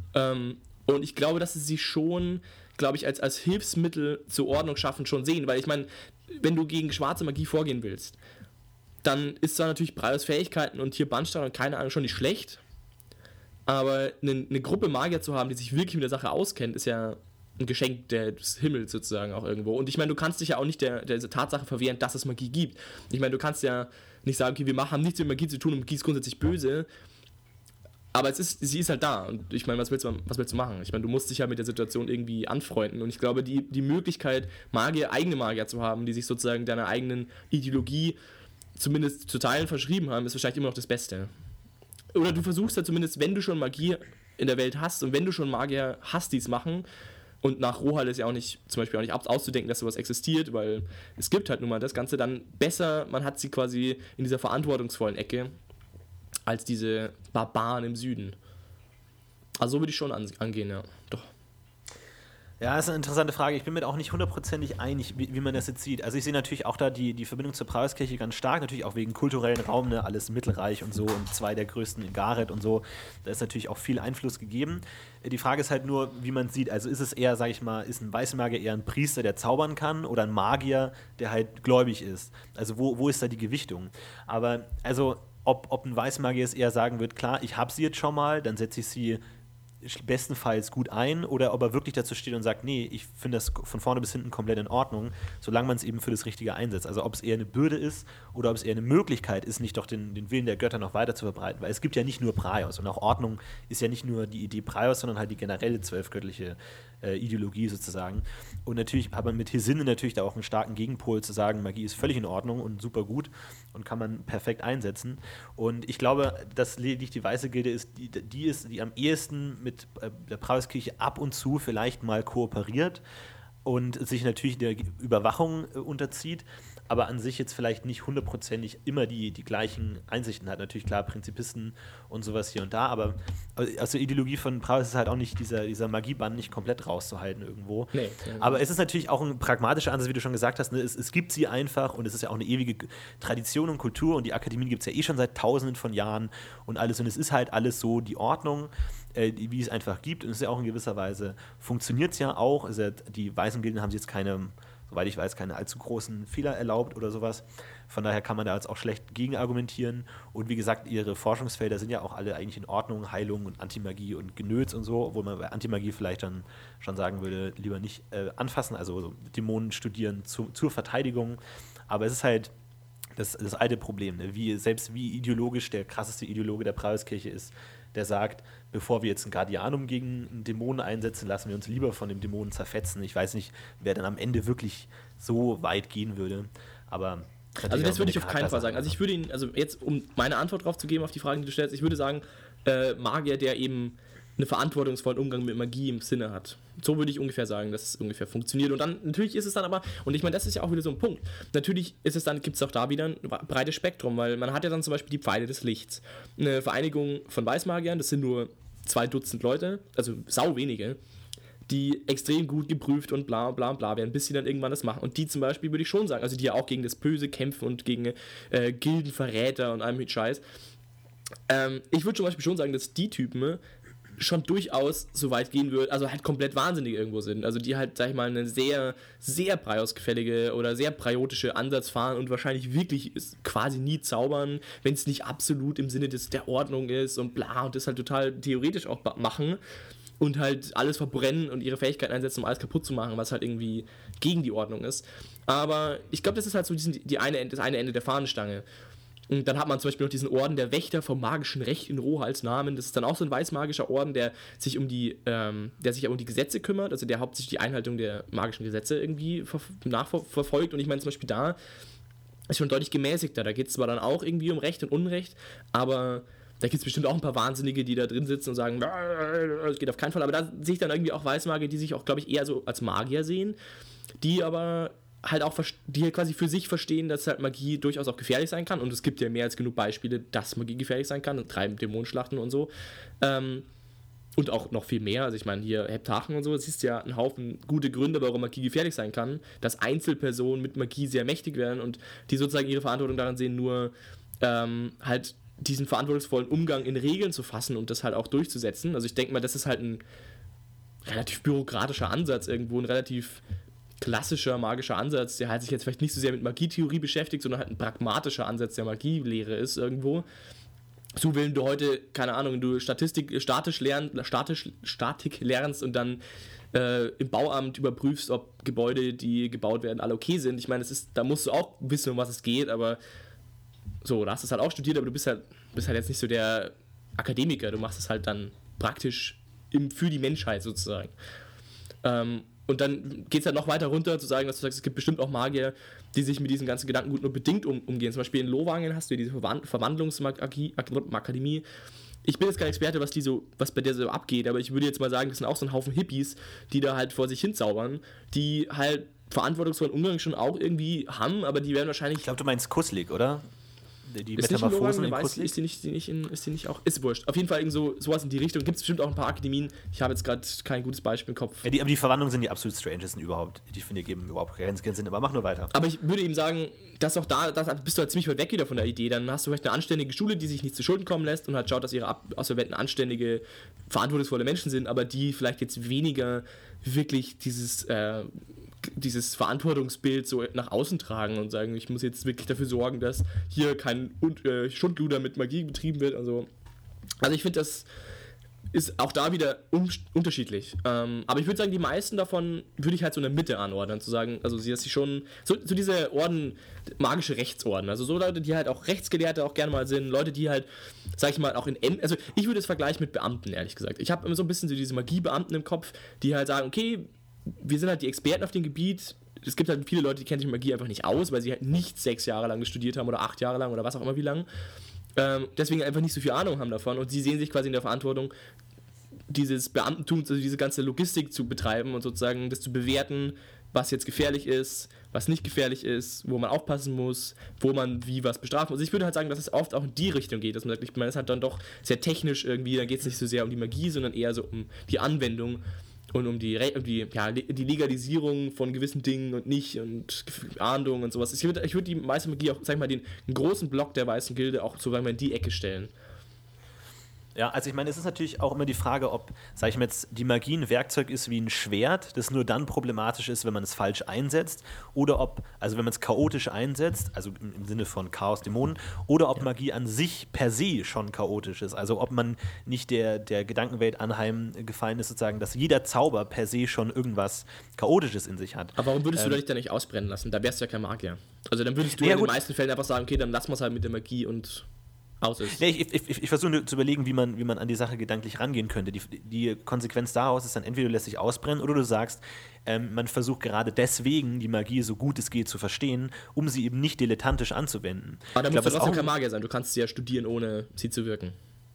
Und ich glaube, dass sie schon, glaube ich, als Hilfsmittel zur Ordnung schaffen schon sehen, weil ich meine, wenn du gegen schwarze Magie vorgehen willst, dann ist zwar natürlich Praios Fähigkeiten und hier Bannstein und keine Ahnung schon nicht schlecht, aber eine Gruppe Magier zu haben, die sich wirklich mit der Sache auskennt, ist ja ein Geschenk des Himmels sozusagen auch irgendwo. Und ich meine, du kannst dich ja auch nicht der Tatsache verwehren, dass es Magie gibt. Ich meine, du kannst ja nicht sagen, okay, wir haben nichts mit Magie zu tun und Magie ist grundsätzlich böse, aber sie ist halt da und ich meine, was willst du machen? Ich meine, du musst dich ja mit der Situation irgendwie anfreunden und ich glaube, die Möglichkeit, eigene Magier zu haben, die sich sozusagen deiner eigenen Ideologie zumindest zu Teilen verschrieben haben, ist wahrscheinlich immer noch das Beste. Oder du versuchst ja zumindest, wenn du schon Magie in der Welt hast und wenn du schon Magier hast, die es machen, und nach Rohal ist ja zum Beispiel auch nicht auszudenken, dass sowas existiert, weil es gibt halt nun mal das Ganze, dann besser, man hat sie quasi in dieser verantwortungsvollen Ecke, als diese Barbaren im Süden. Also so würde ich schon angehen, ja. Doch. Ja, das ist eine interessante Frage. Ich bin mir auch nicht hundertprozentig einig, wie man das jetzt sieht. Also ich sehe natürlich auch da die Verbindung zur Praios-Kirche ganz stark, natürlich auch wegen kulturellen Raum, ne, alles Mittelreich und so und 2 der größten in Gareth und so. Da ist natürlich auch viel Einfluss gegeben. Die Frage ist halt nur, wie man es sieht. Also ist es eher, sag ich mal, ist ein Weißmagier eher ein Priester, der zaubern kann oder ein Magier, der halt gläubig ist? Also wo ist da die Gewichtung? Aber also ob ein Weißmagier es eher sagen wird, klar, ich habe sie jetzt schon mal, dann setze ich sie bestenfalls gut ein, oder ob er wirklich dazu steht und sagt, nee, ich finde das von vorne bis hinten komplett in Ordnung, solange man es eben für das Richtige einsetzt. Also ob es eher eine Bürde ist oder ob es eher eine Möglichkeit ist, nicht doch den Willen der Götter noch weiter zu verbreiten, weil es gibt ja nicht nur Praios und auch Ordnung ist ja nicht nur die Idee Praios, sondern halt die generelle 12-göttliche Ideologie sozusagen. Und natürlich hat man mit Hesinde natürlich da auch einen starken Gegenpol zu sagen, Magie ist völlig in Ordnung und super gut und kann man perfekt einsetzen. Und ich glaube, dass lediglich die Weiße Gilde ist, die am ehesten mit der Praios-Kirche ab und zu vielleicht mal kooperiert und sich natürlich der Überwachung unterzieht, aber an sich jetzt vielleicht nicht hundertprozentig immer die gleichen Einsichten hat. Natürlich, klar, Prinzipisten und sowas hier und da, aber aus der Ideologie von Praios ist halt auch nicht dieser Magiebann nicht komplett rauszuhalten irgendwo. Nee. Aber es ist natürlich auch ein pragmatischer Ansatz, wie du schon gesagt hast, ne? Es gibt sie einfach und es ist ja auch eine ewige Tradition und Kultur und die Akademien gibt es ja eh schon seit Tausenden von Jahren und alles, und es ist halt alles so die Ordnung, wie es einfach gibt, und es ist ja auch in gewisser Weise, funktioniert es ja auch, also die Weißen Gilden haben sie jetzt keine soweit ich weiß, keine allzu großen Fehler erlaubt oder sowas. Von daher kann man da jetzt auch schlecht gegen argumentieren. Und wie gesagt, ihre Forschungsfelder sind ja auch alle eigentlich in Ordnung, Heilung und Antimagie und Genöts und so, obwohl man bei Antimagie vielleicht dann schon sagen würde, lieber nicht anfassen, also so Dämonen studieren zur Verteidigung. Aber es ist halt das alte Problem, ne? Selbst wie ideologisch der krasseste Ideologe der Praveskirche ist, der sagt, bevor wir jetzt ein Guardianum gegen einen Dämonen einsetzen, lassen wir uns lieber von dem Dämonen zerfetzen. Ich weiß nicht, wer dann am Ende wirklich so weit gehen würde, aber... Also das würde ich auf keinen Fall sagen. Also ich würde ihn, also jetzt, um meine Antwort drauf zu geben auf die Fragen, die du stellst, ich würde sagen, Magier, der eben einen verantwortungsvollen Umgang mit Magie im Sinne hat. So würde ich ungefähr sagen, dass es ungefähr funktioniert. Und dann, natürlich ist es dann aber, und ich meine, das ist ja auch wieder so ein Punkt, natürlich ist es dann, gibt es auch da wieder ein breites Spektrum, weil man hat ja dann zum Beispiel die Pfeile des Lichts. Eine Vereinigung von Weißmagiern, das sind nur 2 Dutzend Leute, also sau wenige, die extrem gut geprüft und bla bla bla werden, bis sie dann irgendwann das machen. Und die zum Beispiel würde ich schon sagen, also die ja auch gegen das Böse kämpfen und gegen Gildenverräter und allem mit Scheiß. Ich würde zum Beispiel schon sagen, dass die Typen schon durchaus so weit gehen würden, also halt komplett wahnsinnig irgendwo sind. Also die halt, sag ich mal, eine sehr, sehr breiausgefällige oder sehr priotische Ansatz fahren und wahrscheinlich wirklich quasi nie zaubern, wenn es nicht absolut im Sinne der Ordnung ist und bla und das halt total theoretisch auch machen. Und halt alles verbrennen und ihre Fähigkeiten einsetzen, um alles kaputt zu machen, was halt irgendwie gegen die Ordnung ist. Aber ich glaube, das ist halt so das eine Ende der Fahnenstange. Und dann hat man zum Beispiel noch diesen Orden der Wächter vom magischen Recht in Roh als Namen. Das ist dann auch so ein weißmagischer Orden, der sich um die Gesetze kümmert, also der hauptsächlich die Einhaltung der magischen Gesetze irgendwie nachverfolgt. Und ich meine zum Beispiel da ist schon deutlich gemäßigter. Da geht es zwar dann auch irgendwie um Recht und Unrecht, aber da gibt es bestimmt auch ein paar Wahnsinnige, die da drin sitzen und sagen, das geht auf keinen Fall. Aber da sehe ich dann irgendwie auch Weißmagier, die sich auch, glaube ich, eher so als Magier sehen, die aber halt auch, die halt quasi für sich verstehen, dass halt Magie durchaus auch gefährlich sein kann. Und es gibt ja mehr als genug Beispiele, dass Magie gefährlich sein kann. Und 3 Dämonenschlachten und so. Und auch noch viel mehr. Also ich meine, hier Heptarchen und so, es ist ja ein Haufen gute Gründe, warum Magie gefährlich sein kann. Dass Einzelpersonen mit Magie sehr mächtig werden und die sozusagen ihre Verantwortung daran sehen, nur halt diesen verantwortungsvollen Umgang in Regeln zu fassen und das halt auch durchzusetzen. Also ich denke mal, das ist halt ein relativ bürokratischer Ansatz irgendwo, ein relativ klassischer magischer Ansatz, der halt sich jetzt vielleicht nicht so sehr mit Magietheorie beschäftigt, sondern halt ein pragmatischer Ansatz der Magielehre ist irgendwo. So, wenn du heute, keine Ahnung, wenn du Statik lernst und dann im Bauamt überprüfst, ob Gebäude, die gebaut werden, alle okay sind. Ich meine, da musst du auch wissen, um was es geht, aber so, da hast du es halt auch studiert, aber du bist halt jetzt nicht so der Akademiker, du machst es halt dann praktisch für die Menschheit sozusagen. Und dann geht es halt noch weiter runter, zu sagen, dass du sagst, es gibt bestimmt auch Magier, die sich mit diesen ganzen Gedanken gut nur bedingt umgehen. Zum Beispiel in Lohwangen hast du ja diese Verwandlungsakademie. Ich bin jetzt kein Experte, was bei der so abgeht, aber ich würde jetzt mal sagen, das sind auch so ein Haufen Hippies, die da halt vor sich hin zaubern, die halt verantwortungsvollen Umgang schon auch irgendwie haben, aber die werden wahrscheinlich... Ich glaube, du meinst Kuslik, oder? Die ist Metamorphosen in Kuslik? Ist die nicht auch? Ist wurscht. Auf jeden Fall sowas in die Richtung. Gibt es bestimmt auch ein paar Akademien. Ich habe jetzt gerade kein gutes Beispiel im Kopf. Ja, aber die Verwandlungen sind die absolut strangesten überhaupt. Die finde ich geben überhaupt keinen Sinn, aber mach nur weiter. Aber ich würde eben sagen, dass auch da bist du halt ziemlich weit weg wieder von der Idee. Dann hast du vielleicht eine anständige Schule, die sich nicht zu Schulden kommen lässt und halt schaut, dass ihre Absolventen anständige, verantwortungsvolle Menschen sind, aber die vielleicht jetzt weniger wirklich dieses Verantwortungsbild so nach außen tragen und sagen, ich muss jetzt wirklich dafür sorgen, dass hier kein Schundluder mit Magie betrieben wird. Also ich finde, das ist auch da wieder unterschiedlich. Aber ich würde sagen, die meisten davon würde ich halt so in der Mitte anordnen, zu sagen, also dass sie schon, so diese Orden, magische Rechtsorden, also so Leute, die halt auch Rechtsgelehrte auch gerne mal sind, Leute, die halt, sag ich mal, auch also ich würde es vergleichen mit Beamten, ehrlich gesagt. Ich habe immer so ein bisschen so diese Magiebeamten im Kopf, die halt sagen, okay, wir sind halt die Experten auf dem Gebiet. Es gibt halt viele Leute, die kennen sich mit Magie einfach nicht aus, weil sie halt nicht 6 Jahre lang studiert haben oder 8 Jahre lang oder was auch immer wie lang. Deswegen einfach nicht so viel Ahnung haben davon und sie sehen sich quasi in der Verantwortung, dieses Beamtentum, also diese ganze Logistik zu betreiben und sozusagen das zu bewerten, was jetzt gefährlich ist, was nicht gefährlich ist, wo man aufpassen muss, wo man wie was bestrafen muss. Also ich würde halt sagen, dass es oft auch in die Richtung geht, dass man sagt, ich meine, es ist halt dann doch sehr technisch irgendwie, da geht es nicht so sehr um die Magie, sondern eher so um die Anwendung und um die Legalisierung von gewissen Dingen und nicht und Ahndung und sowas. Ich würde die meiste Magie auch, sag ich mal, den großen Block der Weißen Gilde auch so in die Ecke stellen. Ja, also ich meine, es ist natürlich auch immer die Frage, ob, sag ich mal jetzt, die Magie ein Werkzeug ist wie ein Schwert, das nur dann problematisch ist, wenn man es falsch einsetzt, oder ob, also wenn man es chaotisch einsetzt, also im Sinne von Chaos, Dämonen, oder ob Magie an sich per se schon chaotisch ist. Also ob man nicht der Gedankenwelt anheimgefallen ist, sozusagen, dass jeder Zauber per se schon irgendwas Chaotisches in sich hat. Aber warum würdest du dich dann nicht ausbrennen lassen? Da wärst du ja kein Magier. Also dann würdest du in den meisten Fällen einfach sagen, okay, dann lassen wir es halt mit der Magie und aus ist. Nee, ich versuche nur zu überlegen, wie man an die Sache gedanklich rangehen könnte. Die Konsequenz daraus ist dann entweder du lässt dich ausbrennen oder du sagst, man versucht gerade deswegen die Magie so gut es geht zu verstehen, um sie eben nicht dilettantisch anzuwenden. Aber da musst du trotzdem kein Magier sein. Du kannst sie ja studieren, ohne sie zu wirken.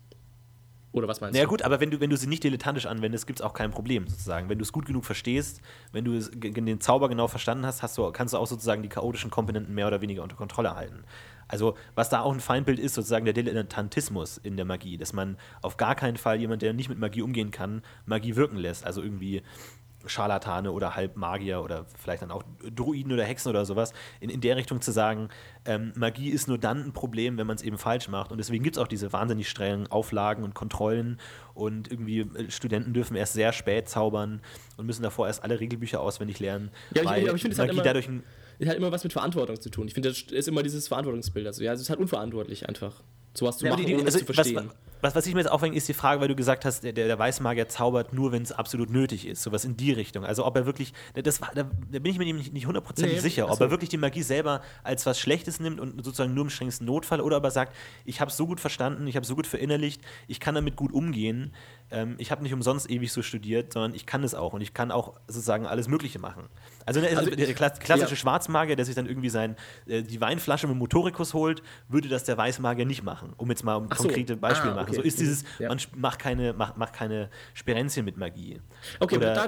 Oder was meinst du? Ja gut, aber wenn du sie nicht dilettantisch anwendest, gibt es auch kein Problem sozusagen. Wenn du es gut genug verstehst, wenn du den Zauber genau verstanden hast, kannst du auch sozusagen die chaotischen Komponenten mehr oder weniger unter Kontrolle halten. Also was da auch ein Feindbild ist, sozusagen der Dilettantismus in der Magie, dass man auf gar keinen Fall jemand, der nicht mit Magie umgehen kann, Magie wirken lässt. Also irgendwie Scharlatane oder Halbmagier oder vielleicht dann auch Druiden oder Hexen oder sowas, in der Richtung zu sagen, Magie ist nur dann ein Problem, wenn man es eben falsch macht. Und deswegen gibt es auch diese wahnsinnig strengen Auflagen und Kontrollen und irgendwie Studenten dürfen erst sehr spät zaubern und müssen davor erst alle Regelbücher auswendig lernen. Ja, aber ich finde, es hat immer, dadurch es hat immer was mit Verantwortung zu tun. Ich finde, das ist immer dieses Verantwortungsbild. Also ja, es ist halt unverantwortlich einfach, sowas zu machen, ohne es zu verstehen. Was ich mir jetzt aufhänge, ist die Frage, weil du gesagt hast, der Weißmagier zaubert nur, wenn es absolut nötig ist. Sowas in die Richtung. Also ob er wirklich, da bin ich mir nicht hundertprozentig sicher, ob er wirklich die Magie selber als was Schlechtes nimmt und sozusagen nur im strengsten Notfall, oder ob er sagt, ich habe es so gut verstanden, ich habe es so gut verinnerlicht, ich kann damit gut umgehen, ich habe nicht umsonst ewig so studiert, sondern ich kann es auch und ich kann auch sozusagen alles Mögliche machen. Also der klassische Schwarzmagier, der sich dann irgendwie die Weinflasche mit Motorikus holt, würde das der Weißmagier nicht machen, um jetzt mal ein konkretes Beispiel zu machen. Okay. So ist dieses, man macht keine Sperenzien mit Magie. Okay, da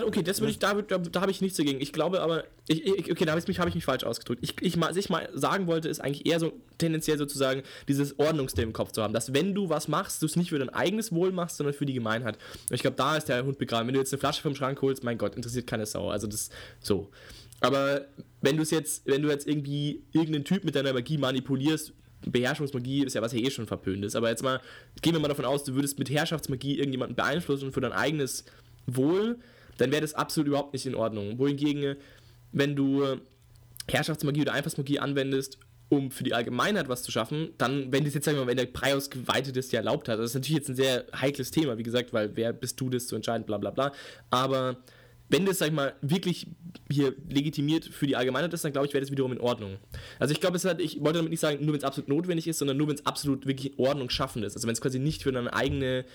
habe ich nichts dagegen. Ich glaube aber, da habe ich mich falsch ausgedrückt. Was ich mal sagen wollte, ist eigentlich eher so tendenziell sozusagen dieses Ordnungsding im Kopf zu haben, dass wenn du was machst, du es nicht für dein eigenes Wohl machst, sondern für die Gemeinheit. Und ich glaube, da ist der Hund begraben. Wenn du jetzt eine Flasche vom Schrank holst, mein Gott, interessiert keine Sau. Also das so. Aber wenn du jetzt irgendwie irgendeinen Typ mit deiner Magie manipulierst, Beherrschungsmagie ist ja was ja schon verpönt ist, aber jetzt mal, gehen wir mal davon aus, du würdest mit Herrschaftsmagie irgendjemanden beeinflussen für dein eigenes Wohl, dann wäre das absolut überhaupt nicht in Ordnung. Wohingegen, wenn du Herrschaftsmagie oder Einfallsmagie anwendest, um für die Allgemeinheit was zu schaffen, dann, wenn das jetzt, sagen wir mal, wenn der Prius geweitet ist, ja erlaubt hat, das ist natürlich jetzt ein sehr heikles Thema, wie gesagt, weil wer bist du, das zu entscheiden, bla bla bla, aber wenn das, sag ich mal, wirklich hier legitimiert für die Allgemeinheit ist, dann glaube ich, wäre das wiederum in Ordnung. Also ich glaube, ich wollte damit nicht sagen, nur wenn es absolut notwendig ist, sondern nur, wenn es absolut wirklich Ordnung schaffend ist. Also wenn es quasi nicht für deine eigene,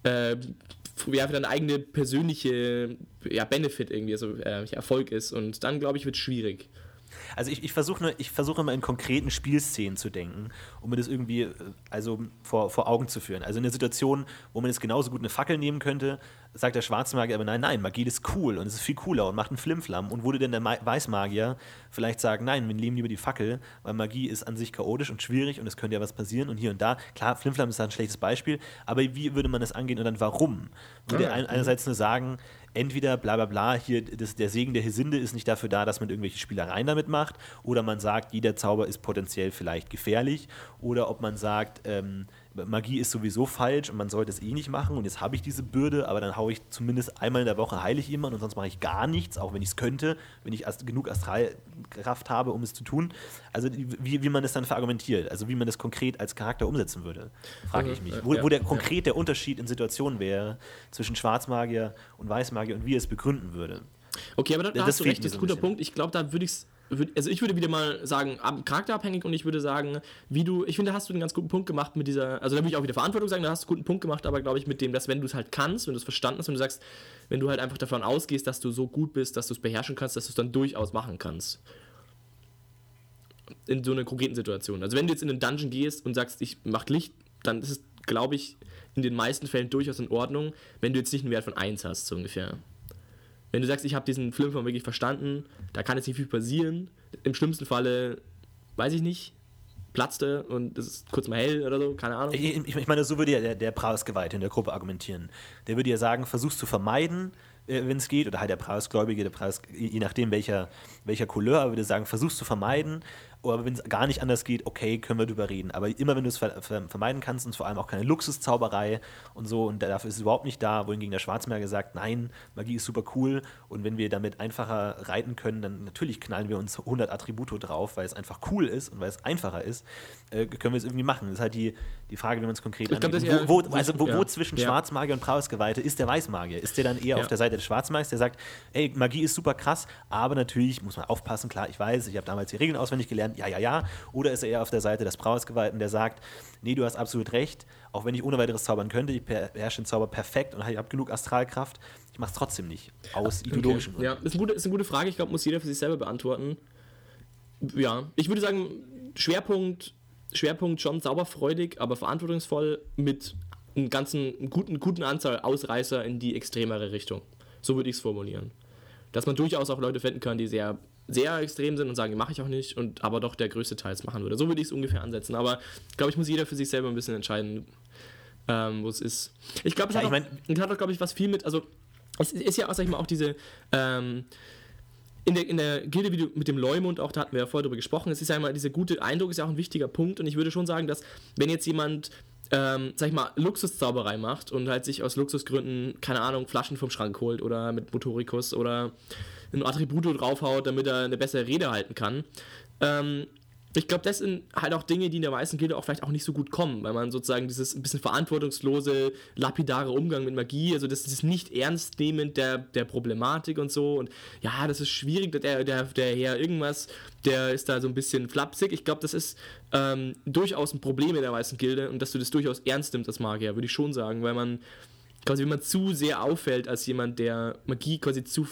für deine eigene persönliche Benefit irgendwie, also Erfolg ist. Und dann, glaube ich, wird es schwierig. Also ich versuche immer in konkreten Spielszenen zu denken, um mir das irgendwie vor Augen zu führen. Also in einer Situation, wo man jetzt genauso gut eine Fackel nehmen könnte, sagt der Schwarzmagier aber nein, Magie ist cool und es ist viel cooler und macht einen Flimflam. Und würde denn der Weißmagier vielleicht sagen, nein, wir nehmen lieber die Fackel, weil Magie ist an sich chaotisch und schwierig und es könnte ja was passieren und hier und da. Klar, Flimflam ist da ein schlechtes Beispiel, aber wie würde man das angehen und dann warum? Würde er einerseits nur sagen, entweder bla bla bla, hier der Segen der Hesinde ist nicht dafür da, dass man irgendwelche Spielereien damit macht, oder man sagt, jeder Zauber ist potenziell vielleicht gefährlich, oder ob man sagt, Magie ist sowieso falsch und man sollte es eh nicht machen und jetzt habe ich diese Bürde, aber dann haue ich zumindest einmal in der Woche, heile ich jemanden und sonst mache ich gar nichts, auch wenn ich es könnte, wenn ich genug Astralkraft habe, um es zu tun. Also wie man das dann verargumentiert, also wie man das konkret als Charakter umsetzen würde, frage ich mich. Wo der Unterschied in Situationen wäre zwischen Schwarzmagier und Weißmagier und wie er es begründen würde. Okay, aber da hast du recht, das ist ein guter Punkt. Ich glaube, da ich würde wieder mal sagen, charakterabhängig, und ich würde sagen, ich finde, da hast du einen ganz guten Punkt gemacht mit dieser, also da würde ich auch wieder Verantwortung sagen, da hast du einen guten Punkt gemacht, aber glaube ich mit dem, dass wenn du es halt kannst, wenn du es verstanden hast, wenn du sagst, wenn du halt einfach davon ausgehst, dass du so gut bist, dass du es beherrschen kannst, dass du es dann durchaus machen kannst. In so einer konkreten Situation. Also wenn du jetzt in einen Dungeon gehst und sagst, ich mache Licht, dann ist es, glaube ich, in den meisten Fällen durchaus in Ordnung, wenn du jetzt nicht einen Wert von 1 hast, so ungefähr. Wenn du sagst, ich habe diesen Flimflam wirklich verstanden, da kann jetzt nicht viel passieren. Im schlimmsten Falle, weiß ich nicht, platzt er und es ist kurz mal hell oder so, keine Ahnung. Ich meine, so würde ja der Prausgeweihte in der Gruppe argumentieren. Der würde ja sagen, versuch's zu vermeiden, wenn es geht, oder halt der Preisgläubige, je nachdem welcher Couleur, würde sagen, versuch's zu vermeiden. Oder wenn es gar nicht anders geht, okay, können wir drüber reden. Aber immer, wenn du es vermeiden kannst, und vor allem auch keine Luxuszauberei und so, und dafür ist es überhaupt nicht da, wohingegen der Schwarzmagier sagt, nein, Magie ist super cool, und wenn wir damit einfacher reiten können, dann natürlich knallen wir uns 100 Attribute drauf, weil es einfach cool ist und weil es einfacher ist, können wir es irgendwie machen. Das ist halt die Frage, wie man es konkret angeht. Wo zwischen Schwarzmagier und Prausgeweihte ist der Weißmagier? Ist der dann eher auf der Seite des Schwarzmagiers, der sagt, ey, Magie ist super krass, aber natürlich muss man aufpassen, klar, ich weiß, ich habe damals die Regeln auswendig gelernt, ja. Oder ist er eher auf der Seite des Prausgeweihten, der sagt, nee, du hast absolut recht, auch wenn ich ohne weiteres zaubern könnte, ich beherrsche den Zauber perfekt und ich habe genug Astralkraft, ich mache es trotzdem nicht, aus ideologischen Gründen. Ja, ist eine gute Frage, ich glaube, muss jeder für sich selber beantworten. Ja, ich würde sagen, Schwerpunkt schon zauberfreudig, aber verantwortungsvoll mit einer guten Anzahl Ausreißer in die extremere Richtung. So würde ich es formulieren. Dass man durchaus auch Leute finden kann, die sehr, sehr extrem sind und sagen, mache ich auch nicht, aber doch der größte Teil es machen würde. So würde ich es ungefähr ansetzen. Aber ich glaube, ich muss jeder für sich selber ein bisschen entscheiden, wo es ist. Ich glaube, es hat auch, glaube ich, was viel mit, also es ist ja auch, sag ich mal, auch diese in der Gilde, wie du mit dem Leumund auch, da hatten wir ja vorher drüber gesprochen, es ist ja immer, dieser gute Eindruck ist ja auch ein wichtiger Punkt, und ich würde schon sagen, dass wenn jetzt jemand sag ich mal, Luxuszauberei macht und halt sich aus Luxusgründen, keine Ahnung, Flaschen vom Schrank holt oder mit Motoricus oder ein Attribut draufhaut, damit er eine bessere Rede halten kann. Ich glaube, das sind halt auch Dinge, die in der weißen Gilde auch vielleicht auch nicht so gut kommen, weil man sozusagen dieses ein bisschen verantwortungslose, lapidare Umgang mit Magie, also das ist nicht ernstnehmend der Problematik und so, und ja, das ist schwierig, der Herr irgendwas, der ist da so ein bisschen flapsig. Ich glaube, das ist durchaus ein Problem in der weißen Gilde, und dass du das durchaus ernst nimmst als Magier, würde ich schon sagen, weil man quasi, wenn man zu sehr auffällt als jemand, der Magie quasi zu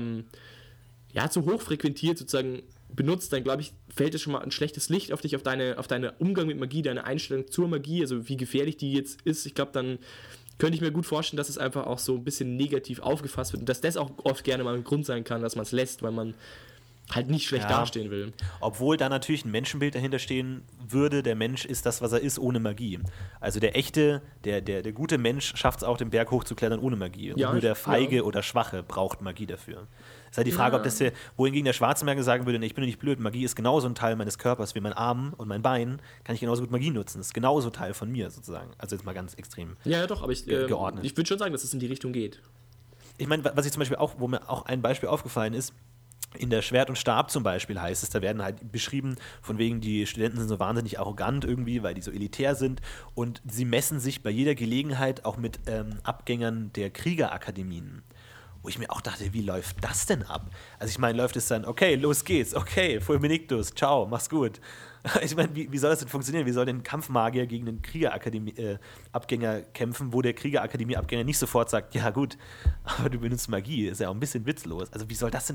hoch frequentiert sozusagen benutzt, dann glaube ich, fällt es schon mal ein schlechtes Licht auf dich, auf deine Umgang mit Magie, deine Einstellung zur Magie, also wie gefährlich die jetzt ist. Ich glaube, dann könnte ich mir gut vorstellen, dass es einfach auch so ein bisschen negativ aufgefasst wird und dass das auch oft gerne mal ein Grund sein kann, dass man es lässt, weil man halt nicht schlecht dastehen will. Obwohl da natürlich ein Menschenbild dahinter stehen würde, der Mensch ist das, was er ist, ohne Magie. Also der echte, der gute Mensch schafft es auch, den Berg hochzuklettern ohne Magie. Und nur der Feige oder Schwache braucht Magie dafür. Das ist halt die Frage, ob das wohingegen der Schwarzmagier sagen würde, nee, ich bin doch nicht blöd, Magie ist genauso ein Teil meines Körpers wie mein Arm und mein Bein, kann ich genauso gut Magie nutzen. Das ist genauso Teil von mir sozusagen. Also jetzt mal ganz extrem doch, aber geordnet. Ich würde schon sagen, dass es in die Richtung geht. Ich meine, was ich zum Beispiel auch, wo mir auch ein Beispiel aufgefallen ist, in der Schwert und Stab zum Beispiel heißt es, da werden halt beschrieben, von wegen, die Studenten sind so wahnsinnig arrogant irgendwie, weil die so elitär sind, und sie messen sich bei jeder Gelegenheit auch mit Abgängern der Kriegerakademien. Wo ich mir auch dachte, wie läuft das denn ab? Also ich meine, läuft es dann, okay, los geht's, okay, Fulminictus, ciao, mach's gut. Ich meine, wie soll das denn funktionieren? Wie soll denn ein Kampfmagier gegen einen Kriegerakademie-Abgänger kämpfen, wo der Kriegerakademie-Abgänger nicht sofort sagt, ja gut, aber du benutzt Magie, ist ja auch ein bisschen witzlos. Also wie soll das denn,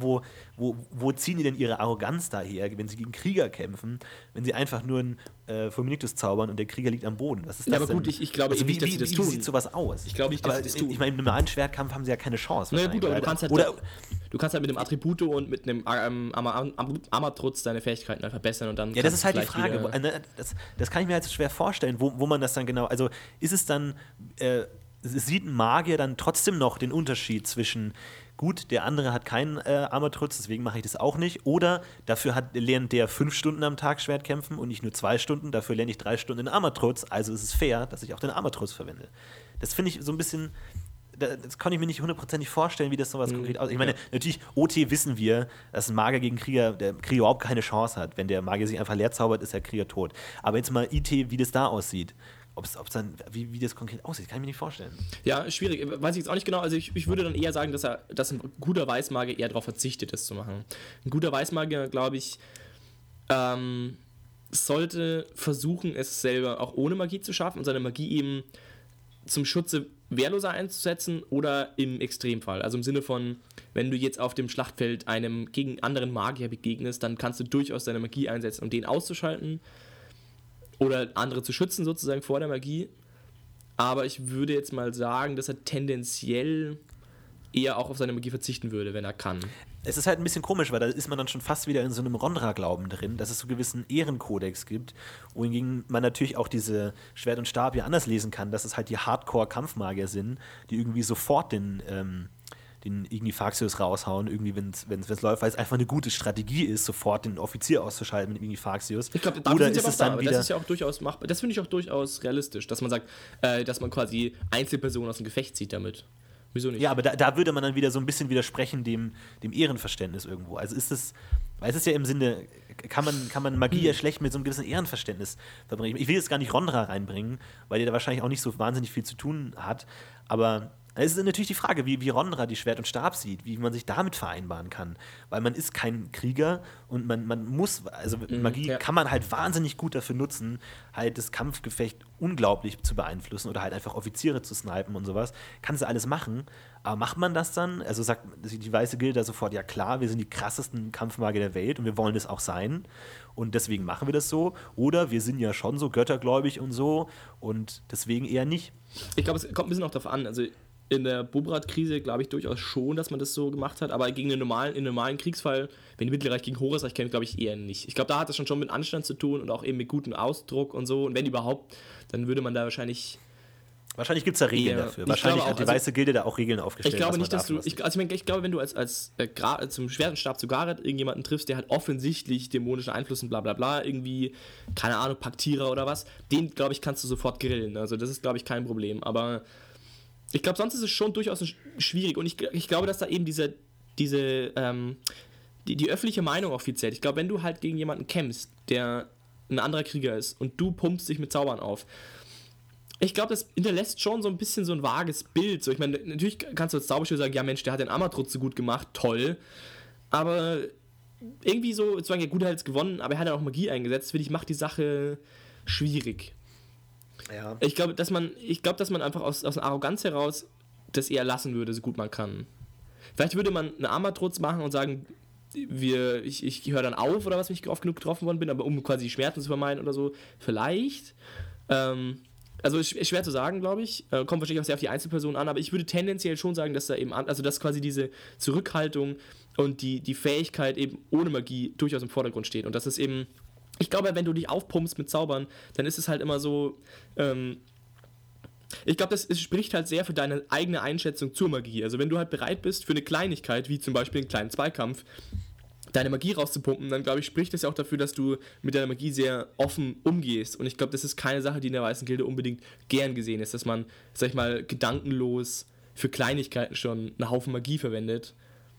wo ziehen die denn ihre Arroganz daher, wenn sie gegen Krieger kämpfen, wenn sie einfach nur einen Fulminictus zaubern und der Krieger liegt am Boden? Was ist das aber denn? gut, ich glaube also nicht, dass sie das tun. Wie sieht sowas aus? Ich glaube nicht, dass sie das tun. Ich meine, im normalen Schwertkampf haben sie ja keine Chance. Na ja, gut, aber du kannst halt mit dem Attribut und mit einem Amatrutz deine Fähigkeiten verbessern und dann. Ja, das ist halt die Frage. Das kann ich mir halt so schwer vorstellen, wo man das dann genau. Also ist es dann, sieht ein Magier dann trotzdem noch den Unterschied zwischen, gut, der andere hat keinen Amatrutz, deswegen mache ich das auch nicht, oder dafür lernt der 5 Stunden am Tag Schwert kämpfen und nicht nur 2 Stunden, dafür lerne ich 3 Stunden den Amatrutz, also ist es fair, dass ich auch den Amatrutz verwende. Das finde ich so ein bisschen. Das kann ich mir nicht hundertprozentig vorstellen, wie das sowas konkret aussieht. Ich meine, natürlich, OT wissen wir, dass ein Magier gegen Krieger, der Krieger überhaupt keine Chance hat. Wenn der Magier sich einfach leer zaubert, ist der Krieger tot. Aber jetzt mal IT, wie das da aussieht. Ob's dann, wie das konkret aussieht, kann ich mir nicht vorstellen. Ja, schwierig. Weiß ich jetzt auch nicht genau. Also ich würde dann eher sagen, dass ein guter Weißmagier eher darauf verzichtet, das zu machen. Ein guter Weißmagier, glaube ich, sollte versuchen, es selber auch ohne Magie zu schaffen und seine Magie eben zum Schutze Wehrloser einzusetzen oder im Extremfall. Also im Sinne von, wenn du jetzt auf dem Schlachtfeld einem gegen anderen Magier begegnest, dann kannst du durchaus deine Magie einsetzen, um den auszuschalten oder andere zu schützen sozusagen vor der Magie. Aber ich würde jetzt mal sagen, dass er tendenziell eher auch auf seine Magie verzichten würde, wenn er kann. Es ist halt ein bisschen komisch, weil da ist man dann schon fast wieder in so einem Rondra-Glauben drin, dass es so einen gewissen Ehrenkodex gibt, wohingegen man natürlich auch diese Schwert und Stab ja anders lesen kann, dass es halt die Hardcore-Kampfmagier sind, die irgendwie sofort den den Ignifaxius raushauen, irgendwie, wenn es läuft, weil es einfach eine gute Strategie ist, sofort den Offizier auszuschalten mit dem Ignifaxius. Ich glaube, oder ist es dann wieder... Das ist ja auch durchaus machbar. Das finde ich auch durchaus realistisch, dass man sagt, dass man quasi Einzelpersonen aus dem Gefecht zieht damit. Wieso nicht? Ja, aber da würde man dann wieder so ein bisschen widersprechen dem Ehrenverständnis irgendwo. Also weil es ist ja im Sinne, kann man Magie ja schlecht mit so einem gewissen Ehrenverständnis verbringen. Ich will jetzt gar nicht Rondra reinbringen, weil der da wahrscheinlich auch nicht so wahnsinnig viel zu tun hat, aber es ist natürlich die Frage, wie Rondra die Schwert und Stab sieht, wie man sich damit vereinbaren kann. Weil man ist kein Krieger und man muss, also Magie kann man halt wahnsinnig gut dafür nutzen, halt das Kampfgefecht unglaublich zu beeinflussen oder halt einfach Offiziere zu snipen und sowas. Kann sie alles machen, aber macht man das dann? Also sagt die Weiße Gilde da sofort, ja klar, wir sind die krassesten Kampfmagier der Welt und wir wollen das auch sein und deswegen machen wir das so. Oder wir sind ja schon so göttergläubig und so und deswegen eher nicht. Ich glaube, es kommt ein bisschen auch darauf an, also in der Bobrat-Krise glaube ich durchaus schon, dass man das so gemacht hat, aber gegen in einem normalen Kriegsfall, wenn die Mittelreich gegen Horusreich kämpft, glaube ich eher nicht. Ich glaube, da hat das schon mit Anstand zu tun und auch eben mit gutem Ausdruck und so. Und wenn überhaupt, dann würde man da wahrscheinlich gibt es da Regeln dafür. Wahrscheinlich hat die Weiße Gilde da auch Regeln aufgestellt. Ich glaube nicht, dass du. Ich glaube, wenn du als zum Schwert und Stab zu Gareth irgendjemanden triffst, der halt offensichtlich dämonischen Einfluss und bla bla bla, irgendwie, keine Ahnung, Paktierer oder was, den, glaube ich, kannst du sofort grillen. Also, das ist, glaube ich, kein Problem. Aber ich glaube, sonst ist es schon durchaus schwierig. Und ich glaube, dass da eben die öffentliche Meinung offiziell, ich glaube, wenn du halt gegen jemanden kämpfst, der ein anderer Krieger ist und du pumpst dich mit Zaubern auf, ich glaube, das hinterlässt schon so ein bisschen so ein vages Bild. So, ich meine, natürlich kannst du als Zauberspieler sagen, ja Mensch, der hat den Amatrutz so gut gemacht, toll. Aber irgendwie so, zu sagen, ja gut, er hat jetzt gewonnen, aber er hat ja auch Magie eingesetzt, finde ich, macht die Sache schwierig. Ja. Ich glaube, dass man einfach aus einer Arroganz heraus das eher lassen würde, so gut man kann. Vielleicht würde man eine Amatrutz machen und sagen, ich höre dann auf oder was, wenn ich oft genug getroffen worden bin, aber um quasi die Schmerzen zu vermeiden oder so, vielleicht. Also ist schwer zu sagen, glaube ich. Kommt wahrscheinlich auch sehr auf die Einzelperson an, aber ich würde tendenziell schon sagen, dass da eben, also dass quasi diese Zurückhaltung und die Fähigkeit eben ohne Magie durchaus im Vordergrund steht. Und dass es eben, ich glaube, wenn du dich aufpumpst mit Zaubern, dann ist es halt immer so, ich glaube, es spricht halt sehr für deine eigene Einschätzung zur Magie. Also wenn du halt bereit bist für eine Kleinigkeit, wie zum Beispiel einen kleinen Zweikampf, deine Magie rauszupumpen, dann glaube ich, spricht das ja auch dafür, dass du mit deiner Magie sehr offen umgehst. Und ich glaube, das ist keine Sache, die in der Weißen Gilde unbedingt gern gesehen ist, dass man, sag ich mal, gedankenlos für Kleinigkeiten schon einen Haufen Magie verwendet.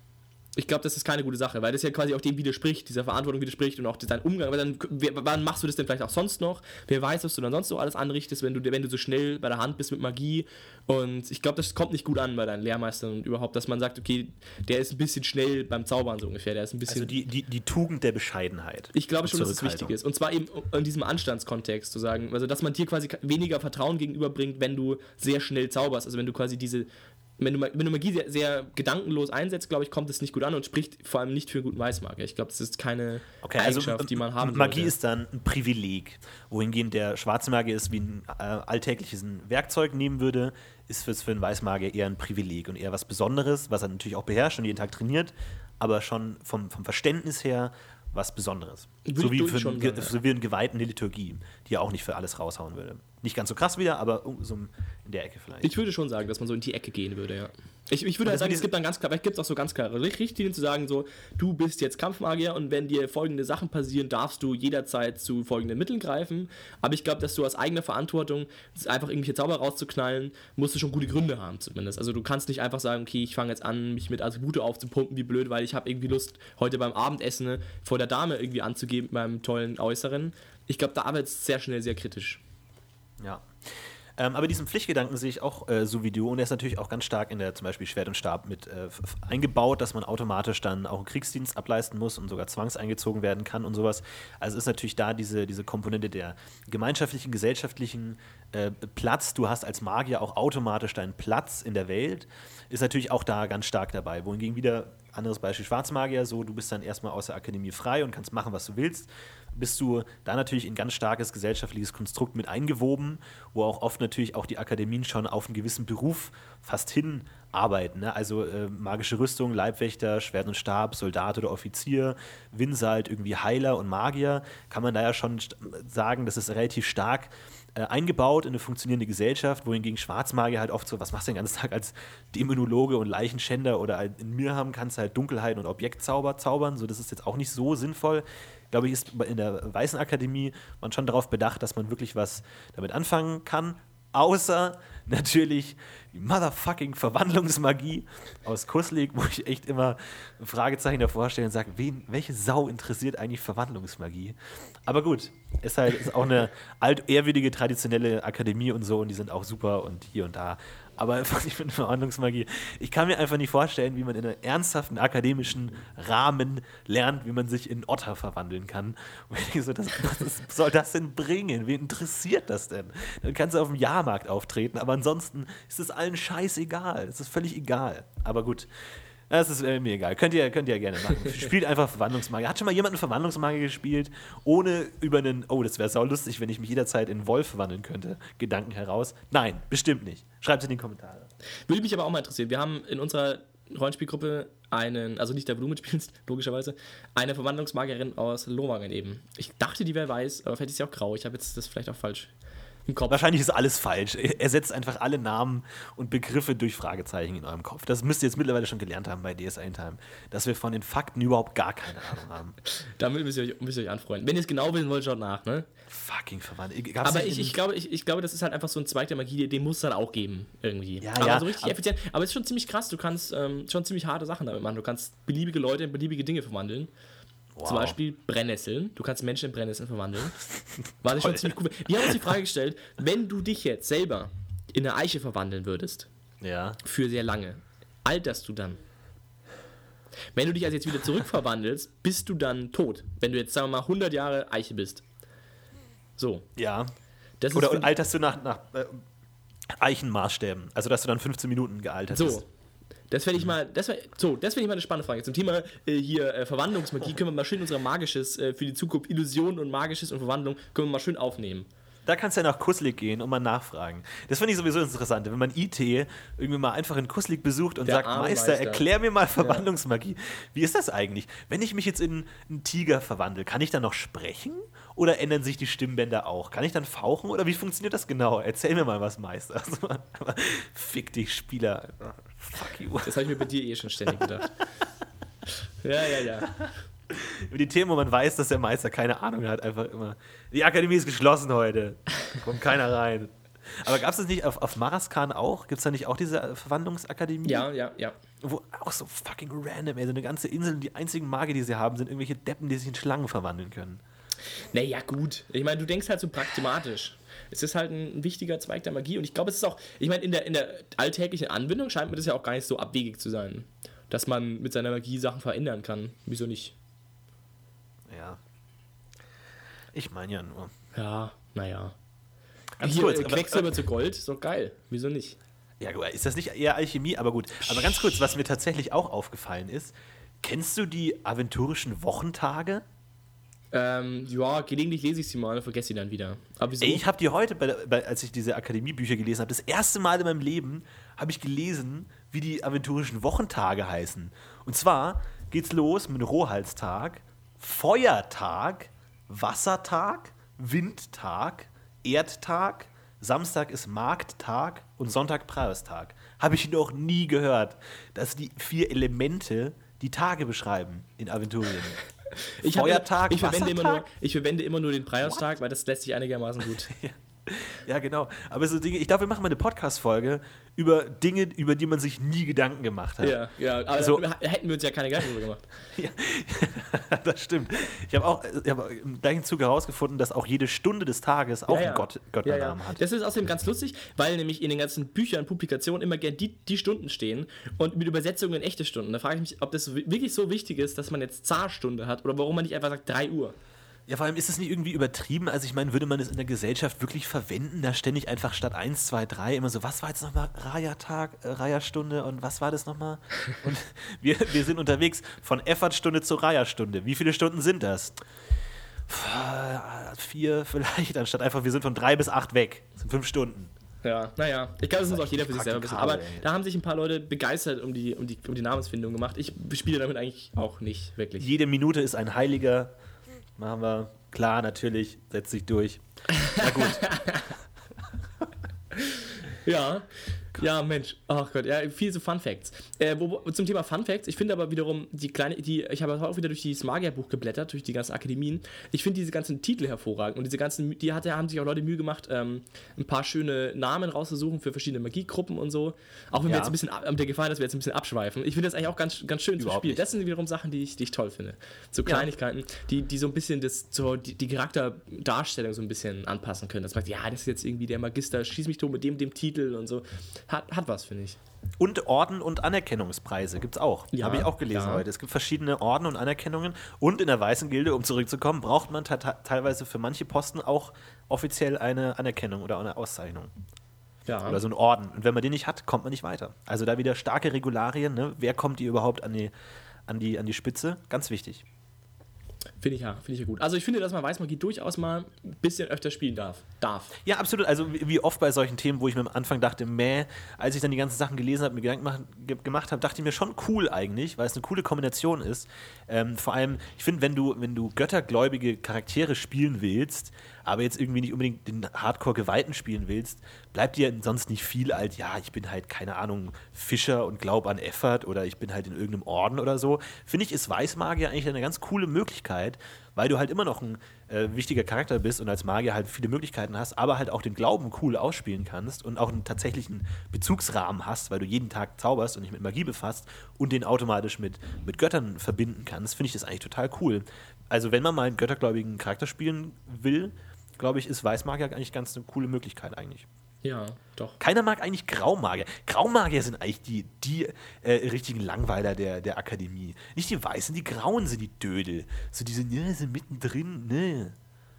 Ich glaube, das ist keine gute Sache, weil das ja quasi auch dem widerspricht, dieser Verantwortung widerspricht und auch dein Umgang. Aber dann, wann machst du das denn vielleicht auch sonst noch? Wer weiß, was du dann sonst noch alles anrichtest, wenn du so schnell bei der Hand bist mit Magie. Und ich glaube, das kommt nicht gut an bei deinen Lehrmeistern und überhaupt, dass man sagt, okay, der ist ein bisschen schnell beim Zaubern so ungefähr. Der ist ein bisschen, also die Tugend der Bescheidenheit. Ich glaube schon, dass es wichtig ist. Und zwar eben in diesem Anstandskontext zu sagen, also dass man dir quasi weniger Vertrauen gegenüberbringt, wenn du sehr schnell zauberst. Also wenn du quasi wenn du Magie sehr, sehr gedankenlos einsetzt, glaube ich, kommt es nicht gut an und spricht vor allem nicht für einen guten Weißmagier. Ich glaube, das ist keine Eigenschaft, die man haben sollte. Magie ist dann ein Privileg, wohingegen der schwarze Magier es wie ein alltägliches Werkzeug nehmen würde, ist es für einen Weißmagier eher ein Privileg und eher was Besonderes, was er natürlich auch beherrscht und jeden Tag trainiert, aber schon vom Verständnis her was Besonderes. So wie ein Geweihten eine Liturgie, die er auch nicht für alles raushauen würde. Nicht ganz so krass wieder, aber so in der Ecke vielleicht. Ich würde schon sagen, dass man so in die Ecke gehen würde, ja. Ich würde halt sagen, es gibt dann ganz klar, vielleicht gibt es auch so ganz klare Richtlinien zu sagen, so, du bist jetzt Kampfmagier und wenn dir folgende Sachen passieren, darfst du jederzeit zu folgenden Mitteln greifen. Aber ich glaube, dass du aus eigener Verantwortung, einfach irgendwelche Zauber rauszuknallen, musst du schon gute Gründe haben zumindest. Also du kannst nicht einfach sagen, okay, ich fange jetzt an, mich mit Attribute aufzupumpen, wie blöd, weil ich habe irgendwie Lust, heute beim Abendessen vor der Dame irgendwie anzugeben mit meinem tollen Äußeren. Ich glaube, da wird es sehr schnell sehr kritisch. Ja. Aber diesen Pflichtgedanken sehe ich auch so wie du und der ist natürlich auch ganz stark in der zum Beispiel Schwert und Stab mit eingebaut, dass man automatisch dann auch einen Kriegsdienst ableisten muss und sogar zwangseingezogen werden kann und sowas. Also ist natürlich da diese Komponente der gemeinschaftlichen, gesellschaftlichen Platz. Du hast als Magier auch automatisch deinen Platz in der Welt, ist natürlich auch da ganz stark dabei. Wohingegen wieder, anderes Beispiel, Schwarzmagier, so du bist dann erstmal aus der Akademie frei und kannst machen, was du willst. Bist du da natürlich in ganz starkes gesellschaftliches Konstrukt mit eingewoben, wo auch oft natürlich auch die Akademien schon auf einen gewissen Beruf fast hinarbeiten. Ne? Also magische Rüstung, Leibwächter, Schwert und Stab, Soldat oder Offizier, Winsalt, irgendwie Heiler und Magier, kann man da ja schon sagen, dass es relativ stark eingebaut in eine funktionierende Gesellschaft, wohingegen Schwarzmagier halt oft so, was machst du den ganzen Tag als Dämonologe und Leichenschänder oder halt in Mirham kannst du halt Dunkelheit und Objektzauber zaubern, so das ist jetzt auch nicht so sinnvoll. Glaube ich, ist in der Weißen Akademie man schon darauf bedacht, dass man wirklich was damit anfangen kann, außer natürlich die motherfucking Verwandlungsmagie aus Kuslik, wo ich echt immer ein Fragezeichen davor stelle und sage, welche Sau interessiert eigentlich Verwandlungsmagie? Aber gut, ist auch eine altehrwürdige, traditionelle Akademie und so und die sind auch super und hier und da. Aber ich finde Verwandlungsmagie, ich kann mir einfach nicht vorstellen, wie man in einem ernsthaften akademischen Rahmen lernt, wie man sich in Otter verwandeln kann. Und ich so, was soll das denn bringen? Wen interessiert das denn? Dann kannst du auf dem Jahrmarkt auftreten, aber ansonsten ist es allen scheißegal. Es ist völlig egal. Aber gut, das ist mir egal. Könnt ihr ja gerne machen. Spielt einfach Verwandlungsmagie. Hat schon mal jemand eine Verwandlungsmagie gespielt, ohne über einen, oh, das wäre sau lustig, wenn ich mich jederzeit in einen Wolf verwandeln könnte, Gedanken heraus? Nein, bestimmt nicht. Schreibt es in die Kommentare. Würde mich aber auch mal interessieren. Wir haben in unserer Rollenspielgruppe also nicht der, wo du mitspielst, logischerweise, eine Verwandlungsmagierin aus Lohwangen eben. Ich dachte, die wäre weiß, aber vielleicht ist sie auch grau. Ich habe jetzt das vielleicht auch falsch im Kopf. Wahrscheinlich ist alles falsch. Ersetzt einfach alle Namen und Begriffe durch Fragezeichen in eurem Kopf. Das müsst ihr jetzt mittlerweile schon gelernt haben bei DS Time, dass wir von den Fakten überhaupt gar keine Ahnung haben. Damit müsst ihr euch anfreunden. Wenn ihr es genau wissen wollt, schaut nach, ne? Fucking verwandt. Aber ich glaube, das ist halt einfach so ein Zweig der Magie, den muss es dann auch geben, irgendwie. Ja, aber ja, so richtig effizient. Aber es ist schon ziemlich krass, du kannst schon ziemlich harte Sachen damit machen. Du kannst beliebige Leute in beliebige Dinge verwandeln. Wow. Zum Beispiel Brennnesseln. Du kannst Menschen in Brennnesseln verwandeln. War das schon ziemlich cool. Wir haben uns die Frage gestellt, wenn du dich jetzt selber in eine Eiche verwandeln würdest, für sehr lange, alterst du dann? Wenn du dich also jetzt wieder zurückverwandelst, bist du dann tot. Wenn du jetzt, sagen wir mal, 100 Jahre Eiche bist. So. Ja. Das oder und alterst du nach Eichenmaßstäben. Also, dass du dann 15 Minuten gealtert bist. So. Das wäre mal eine spannende Frage. Zum Thema Verwandlungsmagie können wir mal schön unser Magisches für die Zukunft, Illusionen und Magisches und Verwandlung, können wir mal schön aufnehmen. Da kannst du ja nach Kuslik gehen und mal nachfragen. Das finde ich sowieso interessant, wenn man IT irgendwie mal einfach in Kuslik besucht und sagt, Meister, erklär mir mal Verwandlungsmagie. Ja. Wie ist das eigentlich? Wenn ich mich jetzt in einen Tiger verwandle, kann ich dann noch sprechen? Oder ändern sich die Stimmbänder auch? Kann ich dann fauchen? Oder wie funktioniert das genau? Erzähl mir mal was, Meister. Also, fick dich, Spieler. Fuck you. Das habe ich mir bei dir schon ständig gedacht. Ja. Über die Themen, wo man weiß, dass der Meister keine Ahnung hat, einfach immer. Die Akademie ist geschlossen heute. Kommt keiner rein. Aber gab es das nicht auf Maraskan auch? Gibt es da nicht auch diese Verwandlungsakademie? Ja. Wo auch so fucking random, ey. So eine ganze Insel und die einzigen Magier, die sie haben, sind irgendwelche Deppen, die sich in Schlangen verwandeln können. Naja, gut. Ich meine, du denkst halt so pragmatisch. Es ist halt ein wichtiger Zweig der Magie und ich glaube, es ist auch, ich meine, in der alltäglichen Anwendung scheint mir das ja auch gar nicht so abwegig zu sein, dass man mit seiner Magie Sachen verändern kann. Wieso nicht? Ja. Ich meine ja nur. Ja, naja. Ganz kurz, Quecksilber zu Gold, ist doch geil. Wieso nicht? Ja, ist das nicht eher Alchemie? Aber gut. Aber ganz kurz, was mir tatsächlich auch aufgefallen ist, kennst du die aventurischen Wochentage? Ja, gelegentlich lese ich sie mal und vergesse sie dann wieder. Aber wieso? Ey, ich habe die heute, als ich diese Akademiebücher gelesen habe, das erste Mal in meinem Leben habe ich gelesen, wie die aventurischen Wochentage heißen. Und zwar geht's los mit Rohhalstag, Feuertag, Wassertag, Windtag, Erdtag, Samstag ist Markttag und Sonntag Preistag. Habe ich noch nie gehört, dass die 4 Elemente die Tage beschreiben in Aventurien. Feuertag, ich verwende immer nur den Preistag, weil das lässt sich einigermaßen gut. Ja, genau. Aber so Dinge, ich glaube, wir machen mal eine Podcast-Folge über Dinge, über die man sich nie Gedanken gemacht hat. Ja, aber so, hätten wir uns ja keine Gedanken darüber gemacht. Ja, das stimmt. Ich habe im gleichen Zuge herausgefunden, dass auch jede Stunde des Tages auch einen Götternamen hat. Das ist außerdem ganz lustig, weil nämlich in den ganzen Büchern, Publikationen immer gern die Stunden stehen und mit Übersetzungen in echte Stunden. Da frage ich mich, ob das wirklich so wichtig ist, dass man jetzt Zarstunde hat oder warum man nicht einfach sagt 3 Uhr. Ja, vor allem ist es nicht irgendwie übertrieben. Also ich meine, würde man es in der Gesellschaft wirklich verwenden, da ständig einfach statt 1, 2, 3 immer so, was war jetzt nochmal Raya-Tag, Raya-Stunde und was war das nochmal? Und wir sind unterwegs von Effortstunde zur Raya-Stunde. Wie viele Stunden sind das? 4 vielleicht, anstatt einfach, wir sind von 3 bis 8 weg. Das sind 5 Stunden. Ja, naja, ich glaube, das muss auch jeder für sich selber wissen. Aber da haben sich ein paar Leute begeistert um die Namensfindung gemacht. Ich spiele damit eigentlich auch nicht wirklich. Jede Minute ist ein Heiliger. Machen wir. Klar, natürlich. Setzt sich durch. Na gut. Ja, Mensch. Ach Gott, ja, viel so Fun Facts. Zum Thema Fun Facts, ich finde aber wiederum ich habe auch wieder durch dieses Magierbuch geblättert, durch die ganzen Akademien. Ich finde diese ganzen Titel hervorragend und diese ganzen, haben sich auch Leute Mühe gemacht, ein paar schöne Namen rauszusuchen für verschiedene Magiegruppen und so. Auch wenn wir jetzt ein bisschen, der Gefahr, dass wir jetzt ein bisschen abschweifen. Ich finde das eigentlich auch ganz, ganz schön zu spielen. Das sind wiederum Sachen, die ich toll finde. So Kleinigkeiten, die so ein bisschen die Charakterdarstellung so ein bisschen anpassen können. Das sagt, ja, das ist jetzt irgendwie der Magister, schieß mich tot mit dem Titel und so. Hat was, finde ich. Und Orden und Anerkennungspreise gibt es auch. Ja, habe ich auch gelesen heute. Es gibt verschiedene Orden und Anerkennungen. Und in der Weißen Gilde, um zurückzukommen, braucht man teilweise für manche Posten auch offiziell eine Anerkennung oder eine Auszeichnung. Ja. Oder so einen Orden. Und wenn man den nicht hat, kommt man nicht weiter. Also da wieder starke Regularien. Ne? Wer kommt hier überhaupt an die Spitze? Ganz wichtig. Finde ich ja gut. Also ich finde, dass man Weißmagie durchaus mal ein bisschen öfter spielen darf. Ja, absolut. Also wie oft bei solchen Themen, wo ich mir am Anfang dachte, als ich dann die ganzen Sachen gelesen habe, mir Gedanken gemacht habe, dachte ich mir schon cool eigentlich, weil es eine coole Kombination ist. Vor allem, ich finde, wenn du göttergläubige Charaktere spielen willst, aber jetzt irgendwie nicht unbedingt den Hardcore-Geweihten spielen willst, bleibt dir sonst nicht viel als, ja, ich bin halt, keine Ahnung, Fischer und glaube an Effert oder ich bin halt in irgendeinem Orden oder so. Finde ich, ist Weißmagier eigentlich eine ganz coole Möglichkeit, weil du halt immer noch ein wichtiger Charakter bist und als Magier halt viele Möglichkeiten hast, aber halt auch den Glauben cool ausspielen kannst und auch einen tatsächlichen Bezugsrahmen hast, weil du jeden Tag zauberst und dich mit Magie befasst und den automatisch mit Göttern verbinden kannst, finde ich das eigentlich total cool. Also wenn man mal einen göttergläubigen Charakter spielen will, glaube ich, ist Weißmagier eigentlich ganz eine coole Möglichkeit eigentlich. Ja, doch. Keiner mag eigentlich Graumagier. Graumagier sind eigentlich die richtigen Langweiler der Akademie. Nicht die Weißen, die Grauen sind die Dödel. So diese, sind mittendrin, ne.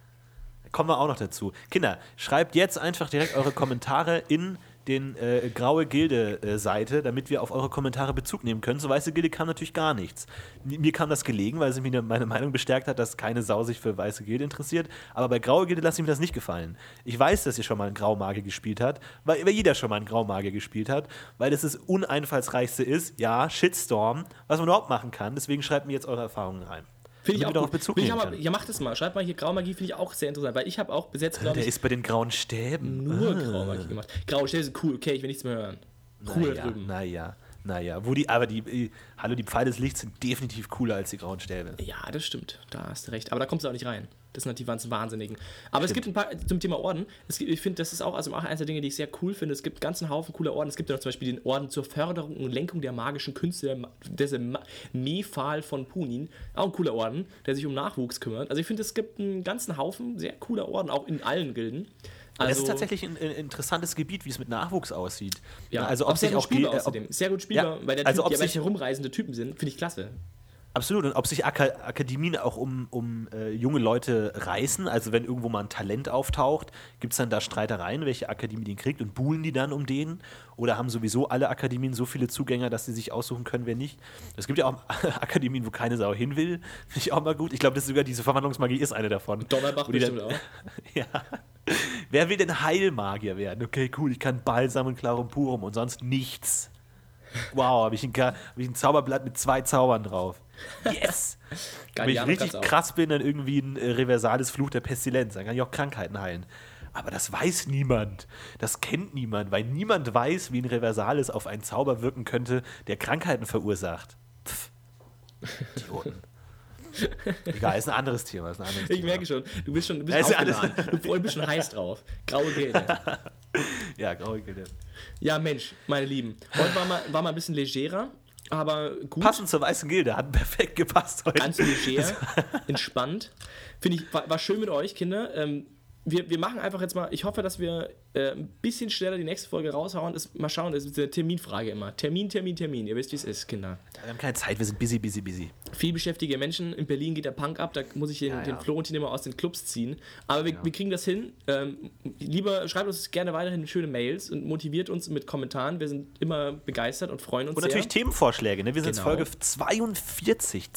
Da kommen wir auch noch dazu. Kinder, schreibt jetzt einfach direkt eure Kommentare in den Graue Gilde-Seite, damit wir auf eure Kommentare Bezug nehmen können. So Weiße Gilde kam natürlich gar nichts. Mir kam das gelegen, weil sie mir meine Meinung bestärkt hat, dass keine Sau sich für Weiße Gilde interessiert. Aber bei Graue Gilde lasse ich mir das nicht gefallen. Ich weiß, dass ihr schon mal einen Graumagier gespielt habt, weil jeder schon mal einen Graumagier gespielt hat, weil das uneinfallsreichste ist, ja, Shitstorm, was man überhaupt machen kann. Deswegen schreibt mir jetzt eure Erfahrungen rein. Finde ich auch darauf Bezug nehmen können. Ja, mach das mal. Schreib mal hier Graumagie, finde ich auch sehr interessant, weil ich habe auch bis jetzt, glaube ich, der ist bei den grauen Stäben. Nur Graumagie gemacht. Graue Stäbe sind cool, okay, ich will nichts mehr hören. Ruhe da drüben. Naja. Die Pfeile des Lichts sind definitiv cooler als die grauen Stäbe. Ja, das stimmt. Da hast du recht. Aber da kommst du auch nicht rein. Das sind halt die ganzen Wahnsinnigen. Aber es gibt ein paar, zum Thema Orden, ich finde, das ist auch eines der Dinge, die ich sehr cool finde. Es gibt einen ganzen Haufen cooler Orden. Es gibt ja noch zum Beispiel den Orden zur Förderung und Lenkung der magischen Künste, der Mephal von Punin. Auch ein cooler Orden, der sich um Nachwuchs kümmert. Also ich finde, es gibt einen ganzen Haufen sehr cooler Orden, auch in allen Gilden. Das ist tatsächlich ein interessantes Gebiet, wie es mit Nachwuchs außieht. Ja, also ob sich auch sehr gut spielbar, weil also die welche rumreisende Typen sind, finde ich klasse. Absolut, und ob sich Akademien auch um junge Leute reißen, also wenn irgendwo mal ein Talent auftaucht, gibt es dann da Streitereien, welche Akademie den kriegt und buhlen die dann um den? Oder haben sowieso alle Akademien so viele Zugänger, dass sie sich aussuchen können, wer nicht? Es gibt ja auch Akademien, wo keine Sau hin will, finde ich auch mal gut. Ich glaube, diese Verwandlungsmagie ist eine davon. Donnerbach bestimmt auch. Ja. Wer will denn Heilmagier werden? Okay, cool, ich kann Balsam und Clarum Purum und sonst nichts. Wow, habe ich ein Zauberblatt mit 2 Zaubern drauf. Yes! Wenn ich richtig krass bin, dann irgendwie ein reversales Fluch der Pestilenz. Dann kann ich auch Krankheiten heilen. Aber das weiß niemand. Das kennt niemand, weil niemand weiß, wie ein Reversales auf einen Zauber wirken könnte, der Krankheiten verursacht. Pff. Idioten. Egal, ist ein anderes Thema. Ich merke schon, du bist aufgeladen. Du bist schon heiß drauf. Graue Gilde. Ja, Graue Gilde. Ja, Mensch, meine Lieben. Heute war mal ein bisschen legerer, aber gut. Passend zur Weißen Gilde, hat perfekt gepasst heute. Ganz leger, entspannt. Finde ich, war schön mit euch, Kinder. Wir machen einfach jetzt mal, ich hoffe, dass wir ein bisschen schneller die nächste Folge raushauen. Mal schauen, das ist eine Terminfrage immer. Termin. Ihr wisst, wie es ist, Kinder. Wir haben keine Zeit, wir sind busy. Viel beschäftigte Menschen. In Berlin geht der Punk ab, da muss ich den Florentin immer aus den Clubs ziehen. Aber wir kriegen das hin. Schreibt uns gerne weiterhin schöne Mails und motiviert uns mit Kommentaren. Wir sind immer begeistert und freuen uns sehr. Und natürlich Themenvorschläge. Ne? Wir sind Folge 42.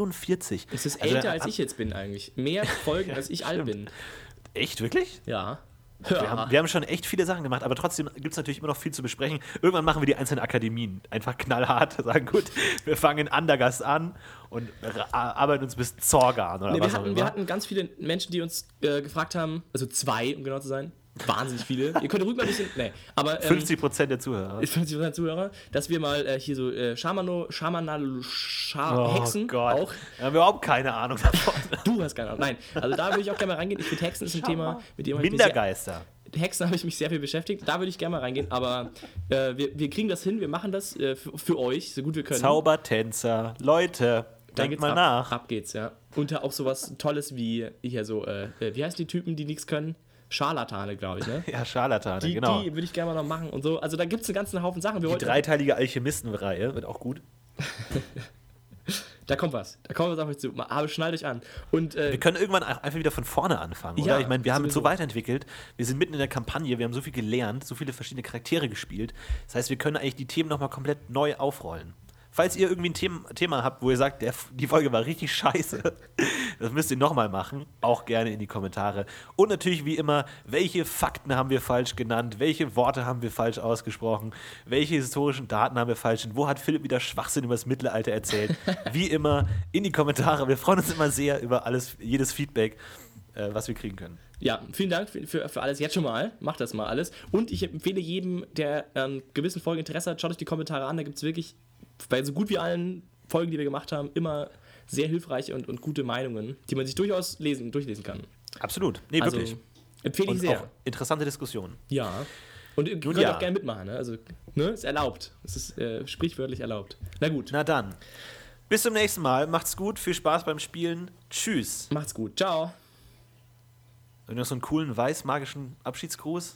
Es ist älter, als ich jetzt bin eigentlich. Mehr Folgen, als ich alt bin. Echt, wirklich? Ja. Wir haben schon echt viele Sachen gemacht, aber trotzdem gibt es natürlich immer noch viel zu besprechen. Irgendwann machen wir die einzelnen Akademien einfach knallhart, sagen, gut, wir fangen in Andergast an und arbeiten uns bis Zorgan oder was auch immer. Wir hatten ganz viele Menschen, die uns gefragt haben, also 2, um genau zu sein, wahnsinnig viele. Ihr könnt ruhig mal ein bisschen, nee, aber 50% der Zuhörer. 50% der Zuhörer, dass wir mal hier so Hexen Gott. auch. Wir haben überhaupt keine Ahnung davon. Du hast keine Ahnung. Nein, also da würde ich auch gerne mal reingehen. Ich finde, Hexen ist ein Thema, mit dem Mindergeister. Hexen habe ich mich sehr viel beschäftigt. Da würde ich gerne mal reingehen, aber wir kriegen das hin. Wir machen das für euch, so gut wir können. Zaubertänzer. Leute, Da denkt geht's mal ab, nach. Ab geht's, ja. Und auch sowas Tolles wie hier so, wie heißt die Typen, die nichts können? Scharlatane, glaube ich, ne? Ja, Scharlatane, Die genau. würde ich gerne mal noch machen und so. Also da gibt es einen ganzen Haufen Sachen. Die dreiteilige Alchemisten-Reihe wird auch gut. Da kommt was. Da kommt was auf euch zu. Aber schnallt euch an. Und, Wir können irgendwann einfach wieder von vorne anfangen, oder? Ja, Ich meine, wir haben uns so sowieso. weiterentwickelt. Wir sind mitten in der Kampagne, wir haben so viel gelernt, so viele verschiedene Charaktere gespielt. Das heißt, wir können eigentlich die Themen nochmal komplett neu aufrollen. Falls ihr irgendwie ein Thema habt, wo ihr sagt, die Folge war richtig scheiße, das müsst ihr nochmal machen. Auch gerne in die Kommentare. Und natürlich wie immer, welche Fakten haben wir falsch genannt? Welche Worte haben wir falsch ausgesprochen? Welche historischen Daten haben wir falsch? Und wo hat Philipp wieder Schwachsinn über das Mittelalter erzählt? Wie immer, in die Kommentare. Wir freuen uns immer sehr über jedes Feedback, was wir kriegen können. Ja, vielen Dank für alles jetzt schon mal. Macht das mal alles. Und ich empfehle jedem, der an gewissen Folgen Interesse hat, schaut euch die Kommentare an. Da gibt es wirklich bei so gut wie allen Folgen, die wir gemacht haben, immer sehr hilfreiche und gute Meinungen, die man sich durchaus durchlesen kann. Absolut. Nee, Also, wirklich. empfehle ich Und sehr. auch interessante Diskussionen. Ja. Und ihr könnt ja. auch gerne mitmachen. Ne? Also, ne? Ist erlaubt. Es ist sprichwörtlich erlaubt. Na gut. Na dann. Bis zum nächsten Mal. Macht's gut. Viel Spaß beim Spielen. Tschüss. Macht's gut. Ciao. Und noch so einen coolen weiß-magischen Abschiedsgruß.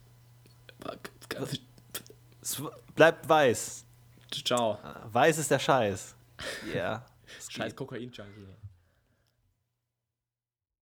Bleibt weiß. Ciao. Weiß ist der Scheiß. Ja. Yeah. Scheiß Kokain-Junkie.